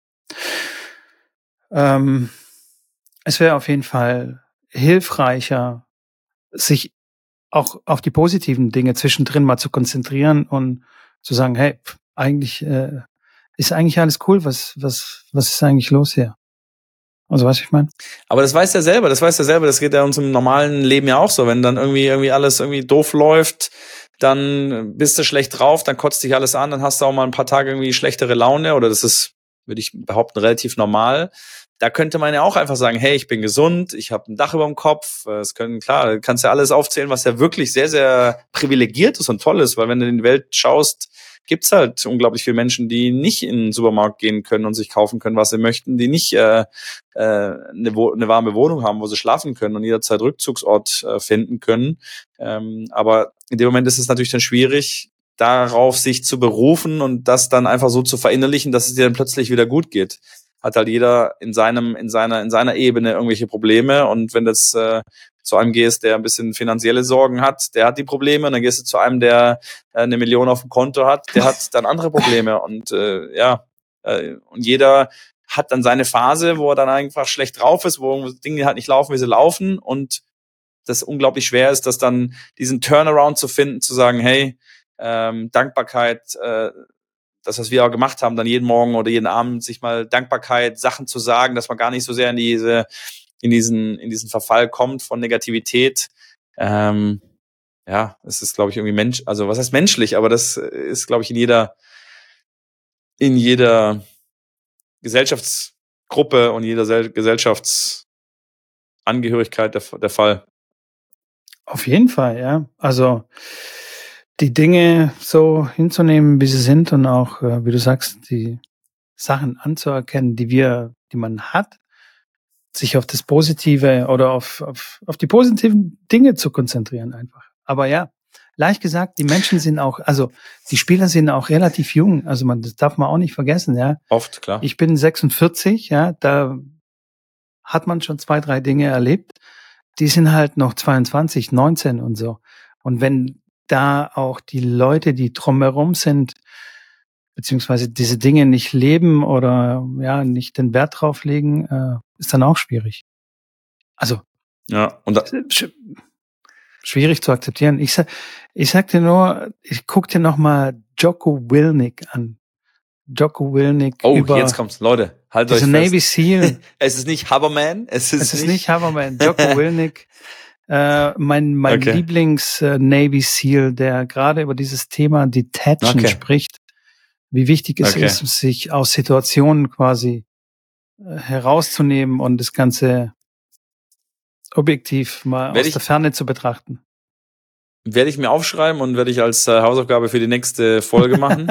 Es wäre auf jeden Fall hilfreicher, sich auch auf die positiven Dinge zwischendrin mal zu konzentrieren und zu sagen, hey, eigentlich ist eigentlich alles cool, was ist eigentlich los hier? Also, was ich meine? Aber das weißt du ja selber, das geht ja uns im normalen Leben ja auch so, wenn dann irgendwie alles irgendwie doof läuft, dann bist du schlecht drauf, dann kotzt dich alles an, dann hast du auch mal ein paar Tage irgendwie schlechtere Laune oder das ist, würde ich behaupten, relativ normal. Da könnte man ja auch einfach sagen, hey, ich bin gesund, ich habe ein Dach über dem Kopf. Du kannst ja alles aufzählen, was ja wirklich sehr, sehr privilegiert ist und toll ist, weil wenn du in die Welt schaust, gibt's halt unglaublich viele Menschen, die nicht in den Supermarkt gehen können und sich kaufen können, was sie möchten, die nicht eine warme Wohnung haben, wo sie schlafen können und jederzeit Rückzugsort finden können. Aber in dem Moment ist es natürlich dann schwierig, darauf sich zu berufen und das dann einfach so zu verinnerlichen, dass es dir dann plötzlich wieder gut geht. Hat halt jeder in seiner Ebene irgendwelche Probleme und wenn das zu einem gehst, der ein bisschen finanzielle Sorgen hat, der hat die Probleme und dann gehst du zu einem, der 1 Million auf dem Konto hat, der hat dann andere Probleme und und jeder hat dann seine Phase, wo er dann einfach schlecht drauf ist, wo Dinge halt nicht laufen, wie sie laufen und das unglaublich schwer ist, das dann diesen Turnaround zu finden, zu sagen, hey, Dankbarkeit, das, was wir auch gemacht haben, dann jeden Morgen oder jeden Abend sich mal Dankbarkeit, Sachen zu sagen, dass man gar nicht so sehr in diesen Verfall kommt von Negativität. Es ist, glaube ich, irgendwie also was heißt menschlich, aber das ist, glaube ich, in jeder Gesellschafts Gruppe und jeder Gesellschaftsangehörigkeit der Fall. Auf jeden Fall, ja. Also die Dinge so hinzunehmen, wie sie sind und auch, wie du sagst, die Sachen anzuerkennen, die man hat, sich auf das Positive oder auf die positiven Dinge zu konzentrieren einfach. Aber ja, leicht gesagt, die Menschen sind auch, also die Spieler sind auch relativ jung, also das darf man auch nicht vergessen, ja. Oft, klar. Ich bin 46, ja, da hat man schon 2, 3 Dinge erlebt. Die sind halt noch 22, 19 und so. Und wenn da auch die Leute, die drumherum sind, beziehungsweise diese Dinge nicht leben oder ja nicht den Wert drauf legen, ist dann auch schwierig. Also ja, und schwierig zu akzeptieren. Ich sag dir nur, ich guck dir noch mal Jocko Willink an. Jocko Willink über jetzt kommt's, Leute, haltet euch fest. Navy SEAL. Es ist nicht Haberman, es ist nicht Haberman. Jocko Willink, mein Lieblings Navy SEAL, der gerade über dieses Thema Detachment spricht, wie wichtig es ist, sich aus Situationen quasi herauszunehmen und das Ganze objektiv mal aus der Ferne zu betrachten. Werde ich mir aufschreiben und werde ich als Hausaufgabe für die nächste Folge machen.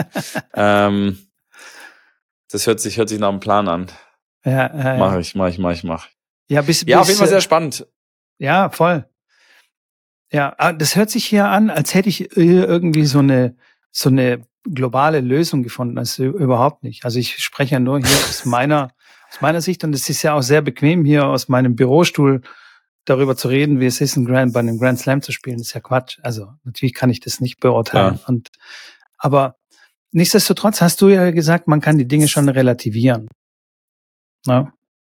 Das hört sich nach einem Plan an. Ja, Mach ich. Ja, auf jeden Fall sehr spannend. Ja, voll. Ja, das hört sich hier an, als hätte ich irgendwie so eine globale Lösung gefunden. Das ist überhaupt nicht. Also ich spreche ja nur hier aus meiner Sicht, und es ist ja auch sehr bequem, hier aus meinem Bürostuhl darüber zu reden, wie es ist, bei einem Grand Slam zu spielen. Das ist ja Quatsch. Also natürlich kann ich das nicht beurteilen. Ja. Aber nichtsdestotrotz hast du ja gesagt, man kann die Dinge schon relativieren. Ja.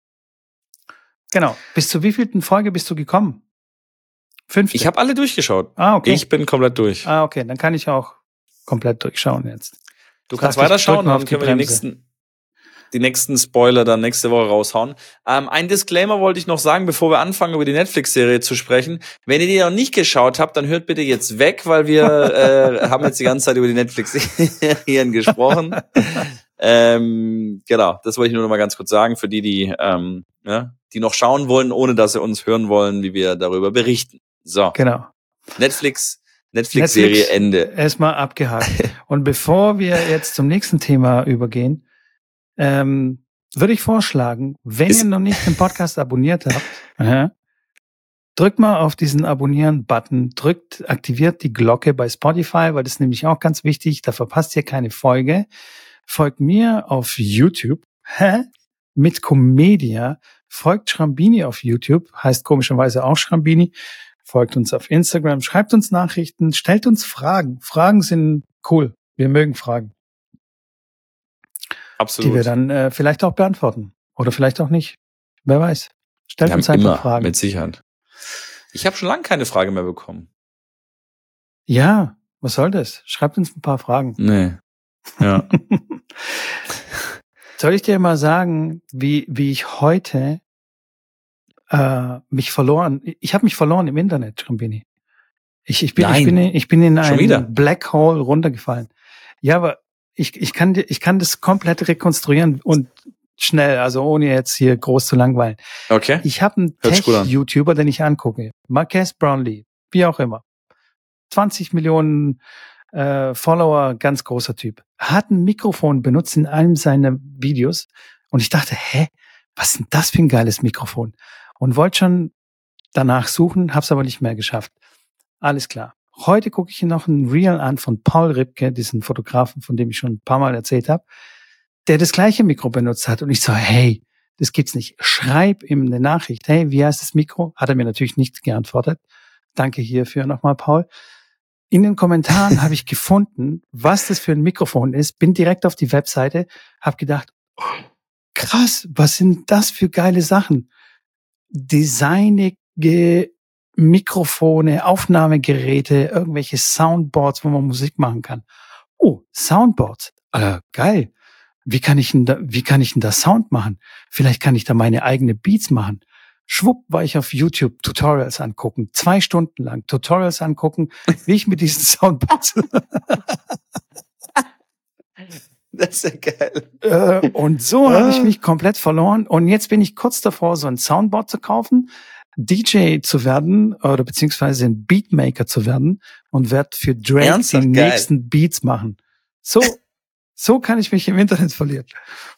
Genau. Bis zu wievielten Folge bist du gekommen? 5. Ich habe alle durchgeschaut. Okay. Ich bin komplett durch. Okay, dann kann ich auch komplett durchschauen jetzt. Du kannst weiterschauen, dann können wir die nächsten Spoiler dann nächste Woche raushauen. Ein Disclaimer wollte ich noch sagen, bevor wir anfangen, über die Netflix-Serie zu sprechen. Wenn ihr die noch nicht geschaut habt, dann hört bitte jetzt weg, weil wir haben jetzt die ganze Zeit über die Netflix-Serien gesprochen. Genau, das wollte ich nur noch mal ganz kurz sagen, für die noch schauen wollen, ohne dass sie uns hören wollen, wie wir darüber berichten. So. Genau. Netflix-Serie Ende. Erstmal abgehakt. Und bevor wir jetzt zum nächsten Thema übergehen, würde ich vorschlagen, wenn ihr noch nicht den Podcast abonniert habt, drückt mal auf diesen Abonnieren-Button, aktiviert die Glocke bei Spotify, weil das ist nämlich auch ganz wichtig, da verpasst ihr keine Folge. Folgt mir auf YouTube, mit Comedia, folgt Schrambini auf YouTube, heißt komischerweise auch Schrambini, folgt uns auf Instagram, schreibt uns Nachrichten, stellt uns Fragen. Fragen sind cool, wir mögen Fragen. Absolut. Die wir dann vielleicht auch beantworten. Oder vielleicht auch nicht. Wer weiß. Stellt uns einfach immer Fragen. Mit Sicherheit. Ich habe schon lange keine Frage mehr bekommen. Ja, was soll das? Schreibt uns ein paar Fragen. Nee. Ja. Soll ich dir mal sagen, wie ich heute ich habe mich verloren im Internet, Schrambini. Ich bin in ein Black Hole runtergefallen. Ja, aber ich kann das komplett rekonstruieren und schnell, also ohne jetzt hier groß zu langweilen. Okay. Ich habe einen Tech-YouTuber, den ich angucke. Marques Brownlee, wie auch immer. 20 Millionen Follower, ganz großer Typ. Hat ein Mikrofon benutzt in einem seiner Videos und ich dachte, was ist denn das für ein geiles Mikrofon? Und wollte schon danach suchen, hab's aber nicht mehr geschafft. Alles klar. Heute gucke ich noch ein Reel an von Paul Ripke, diesen Fotografen, von dem ich schon ein paar Mal erzählt habe, der das gleiche Mikro benutzt hat. Und ich so, das gibt's nicht. Schreib ihm eine Nachricht. Wie heißt das Mikro? Hat er mir natürlich nicht geantwortet. Danke hierfür nochmal, Paul. In den Kommentaren habe ich gefunden, was das für ein Mikrofon ist. Bin direkt auf die Webseite, habe gedacht, krass, was sind das für geile Sachen? Designige Mikrofone, Aufnahmegeräte, irgendwelche Soundboards, wo man Musik machen kann. Oh, Soundboards. Geil. Wie kann ich denn da Sound machen? Vielleicht kann ich da meine eigene Beats machen. Schwupp war ich auf YouTube Tutorials angucken. 2 Stunden lang Tutorials angucken, wie ich mit diesen Soundboards. Das ist ja geil. Und so habe ich mich komplett verloren. Und jetzt bin ich kurz davor, so ein Soundboard zu kaufen, DJ zu werden oder beziehungsweise ein Beatmaker zu werden und werde für Drake Ernsthaft die geil. nächsten Beats machen. So kann ich mich im Internet verlieren.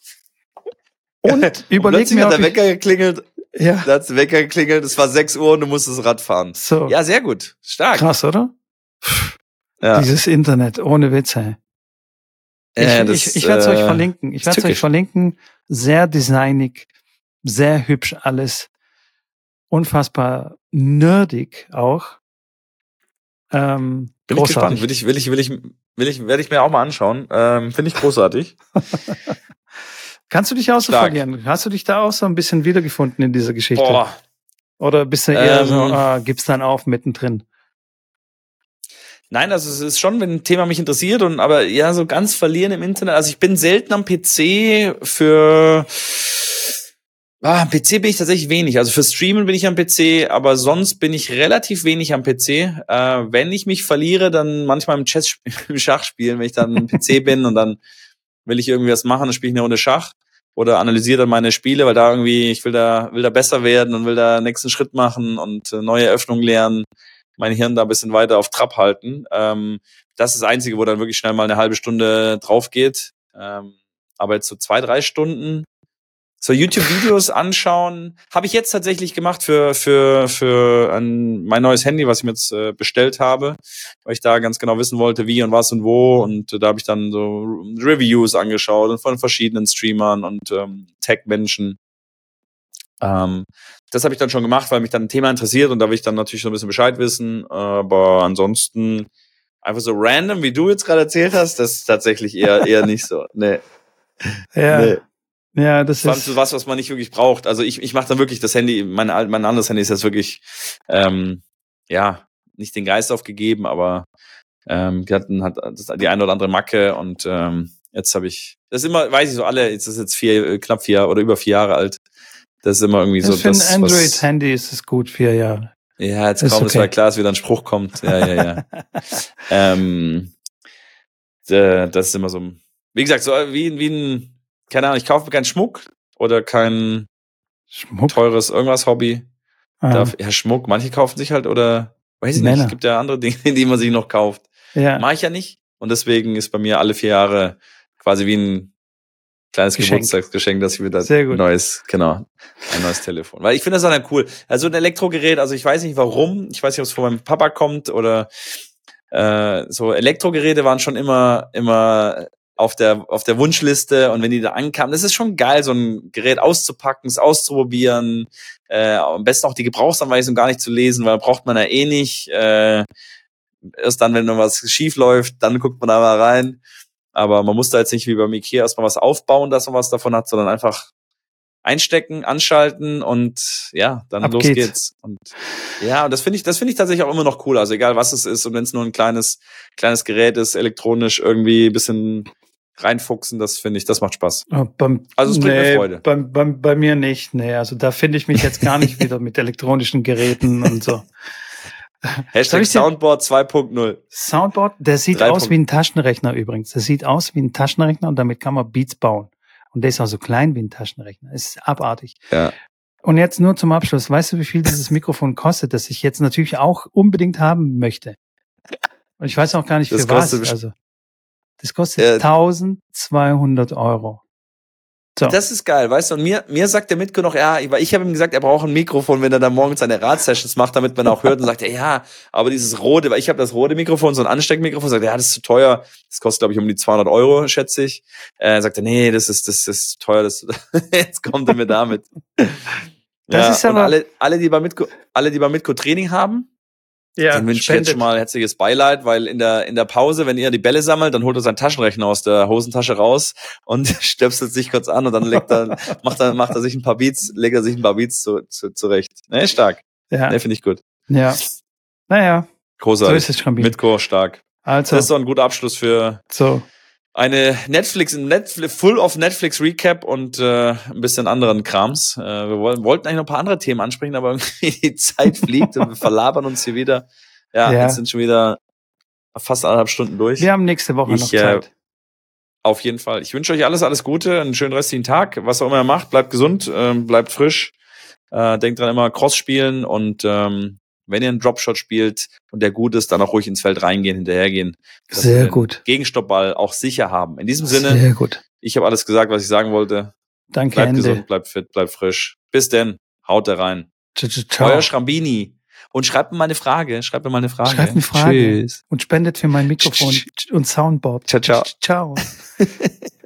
Und überleg mir, hat der Wecker geklingelt. Ja. Da hat der Wecker geklingelt, es war 6 Uhr und du musstest Rad fahren. So. Ja, sehr gut. Stark. Krass, oder? Ja. Dieses Internet, ohne Witz, ey. Ich werde es euch verlinken. Ich werde es euch verlinken. Sehr designig, sehr hübsch alles. Unfassbar nerdig auch. Bin ich gespannt. Werde ich mir auch mal anschauen. Finde ich großartig. Kannst du dich auch so verlieren? Hast du dich da auch so ein bisschen wiedergefunden in dieser Geschichte? Boah. Oder bist du eher so, gib's dann auf mittendrin? Nein, also es ist schon, wenn ein Thema mich interessiert aber ja, so ganz verlieren im Internet. Also ich bin selten am PC am PC bin ich tatsächlich wenig. Also für Streamen bin ich am PC, aber sonst bin ich relativ wenig am PC. Wenn ich mich verliere, dann manchmal im Schach spielen, wenn ich dann am PC bin und dann will ich irgendwie was machen, dann spiele ich eine Runde Schach oder analysiere dann meine Spiele, weil da irgendwie, ich will da besser werden und will da nächsten Schritt machen und neue Öffnungen lernen, mein Hirn da ein bisschen weiter auf Trab halten. Das ist das Einzige, wo dann wirklich schnell mal eine halbe Stunde drauf geht. Aber jetzt so 2-3 Stunden so YouTube-Videos anschauen, habe ich jetzt tatsächlich gemacht für mein neues Handy, was ich mir jetzt bestellt habe, weil ich da ganz genau wissen wollte, wie und was und wo, und da habe ich dann so Reviews angeschaut und von verschiedenen Streamern und Tech-Menschen. Das habe ich dann schon gemacht, weil mich dann ein Thema interessiert und da will ich dann natürlich so ein bisschen Bescheid wissen, aber ansonsten einfach so random, wie du jetzt gerade erzählt hast, das ist tatsächlich eher nicht so. Nee. Ja. Nee. Ja, das ist was man nicht wirklich braucht. Also ich mache dann wirklich das Handy, mein anderes Handy ist jetzt wirklich, nicht den Geist aufgegeben, aber hat die eine oder andere Macke und jetzt habe ich, das ist immer, weiß ich so alle, jetzt ist jetzt knapp 4 oder über 4 Jahre alt. Das ist immer irgendwie so. Für ein Android-Handy ist es gut, 4 Jahre. Ja, jetzt kaum, okay. Das war klar, dass wieder ein Spruch kommt. Ja. Das ist immer so, wie gesagt, so wie ein, keine Ahnung, ich kaufe mir keinen Schmuck oder kein teures irgendwas Hobby. Schmuck, manche kaufen sich halt oder, weiß ich nicht, es gibt ja andere Dinge, die man sich noch kauft. Ja. Mach ich ja nicht. Und deswegen ist bei mir alle 4 Jahre quasi wie ein kleines Geburtstagsgeschenk, dass ich wieder ein neues Telefon. Weil ich finde das dann cool. Also ein Elektrogerät, also ich weiß nicht warum, ich weiß nicht, ob es von meinem Papa kommt oder so Elektrogeräte waren schon immer auf der Wunschliste, und wenn die da ankamen, das ist schon geil, so ein Gerät auszupacken, es auszuprobieren, am besten auch die Gebrauchsanweisung gar nicht zu lesen, weil braucht man ja eh nicht. Erst dann, wenn noch was schief läuft, dann guckt man da mal rein. Aber man muss da jetzt nicht wie beim Ikea erstmal was aufbauen, dass man was davon hat, sondern einfach einstecken, anschalten und ja, dann los geht's. Und ja, und das finde ich tatsächlich auch immer noch cool. Also egal was es ist, und wenn es nur ein kleines Gerät ist, elektronisch irgendwie ein bisschen reinfuchsen, das finde ich, das macht Spaß. Also es bringt mir Freude. Bei mir nicht, nee. Also da finde ich mich jetzt gar nicht wieder mit elektronischen Geräten und so. Hashtag Soundboard 2.0. Soundboard, der sieht aus wie ein Taschenrechner übrigens. Der sieht aus wie ein Taschenrechner und damit kann man Beats bauen. Und der ist auch so klein wie ein Taschenrechner. Das ist abartig. Ja. Und jetzt nur zum Abschluss. Weißt du, wie viel dieses Mikrofon kostet, das ich jetzt natürlich auch unbedingt haben möchte? Und ich weiß auch gar nicht, für was. Also, das kostet 1.200 €. So. Das ist geil, weißt du, und mir sagt der Mitko noch, weil ich habe ihm gesagt, er braucht ein Mikrofon, wenn er dann morgens seine Radsessions macht, damit man auch hört, und sagt er, aber dieses rote, weil ich habe das rote Mikrofon, so ein Ansteckmikrofon, sagt das ist zu teuer, das kostet, glaube ich, um die 200 €, schätze ich. Sagt er, nee, das ist zu teuer, jetzt kommt er mir damit. Das ist aber, und alle, die bei Mitko Training haben, den wünsche ich jetzt schon mal herzliches Beileid, weil in der Pause, wenn ihr die Bälle sammelt, dann holt er seinen Taschenrechner aus der Hosentasche raus und stöpselt sich kurz an und dann macht er sich ein paar Beats zurecht. Ne, stark. Ja. Ne, finde ich gut. Ja. Naja. Großartig. So ist es schon. Mitko, stark. Also. Das ist doch ein guter Abschluss für eine Netflix Full of Netflix Recap und ein bisschen anderen Krams. Wir wollten eigentlich noch ein paar andere Themen ansprechen, aber irgendwie die Zeit fliegt und wir verlabern uns hier wieder. Ja, jetzt sind schon wieder fast 1,5 Stunden durch. Wir haben nächste Woche noch Zeit. Auf jeden Fall. Ich wünsche euch alles Gute, einen schönen restlichen Tag. Was auch immer ihr macht, bleibt gesund, bleibt frisch. Denkt dran, immer Cross spielen und wenn ihr einen Dropshot spielt und der gut ist, dann auch ruhig ins Feld reingehen, hinterhergehen. Sehr gut. Gegenstoppball auch sicher haben. In diesem Sinne, sehr gut. Ich habe alles gesagt, was ich sagen wollte. Danke, bleibt gesund, bleibt fit, bleibt frisch. Bis denn. Haut da rein. Ciao. Euer Schrambini. Und schreibt mir mal eine Frage. Schreibt eine Frage. Tschüss. Und spendet für mein Mikrofon und Soundboard. Ciao. Ciao.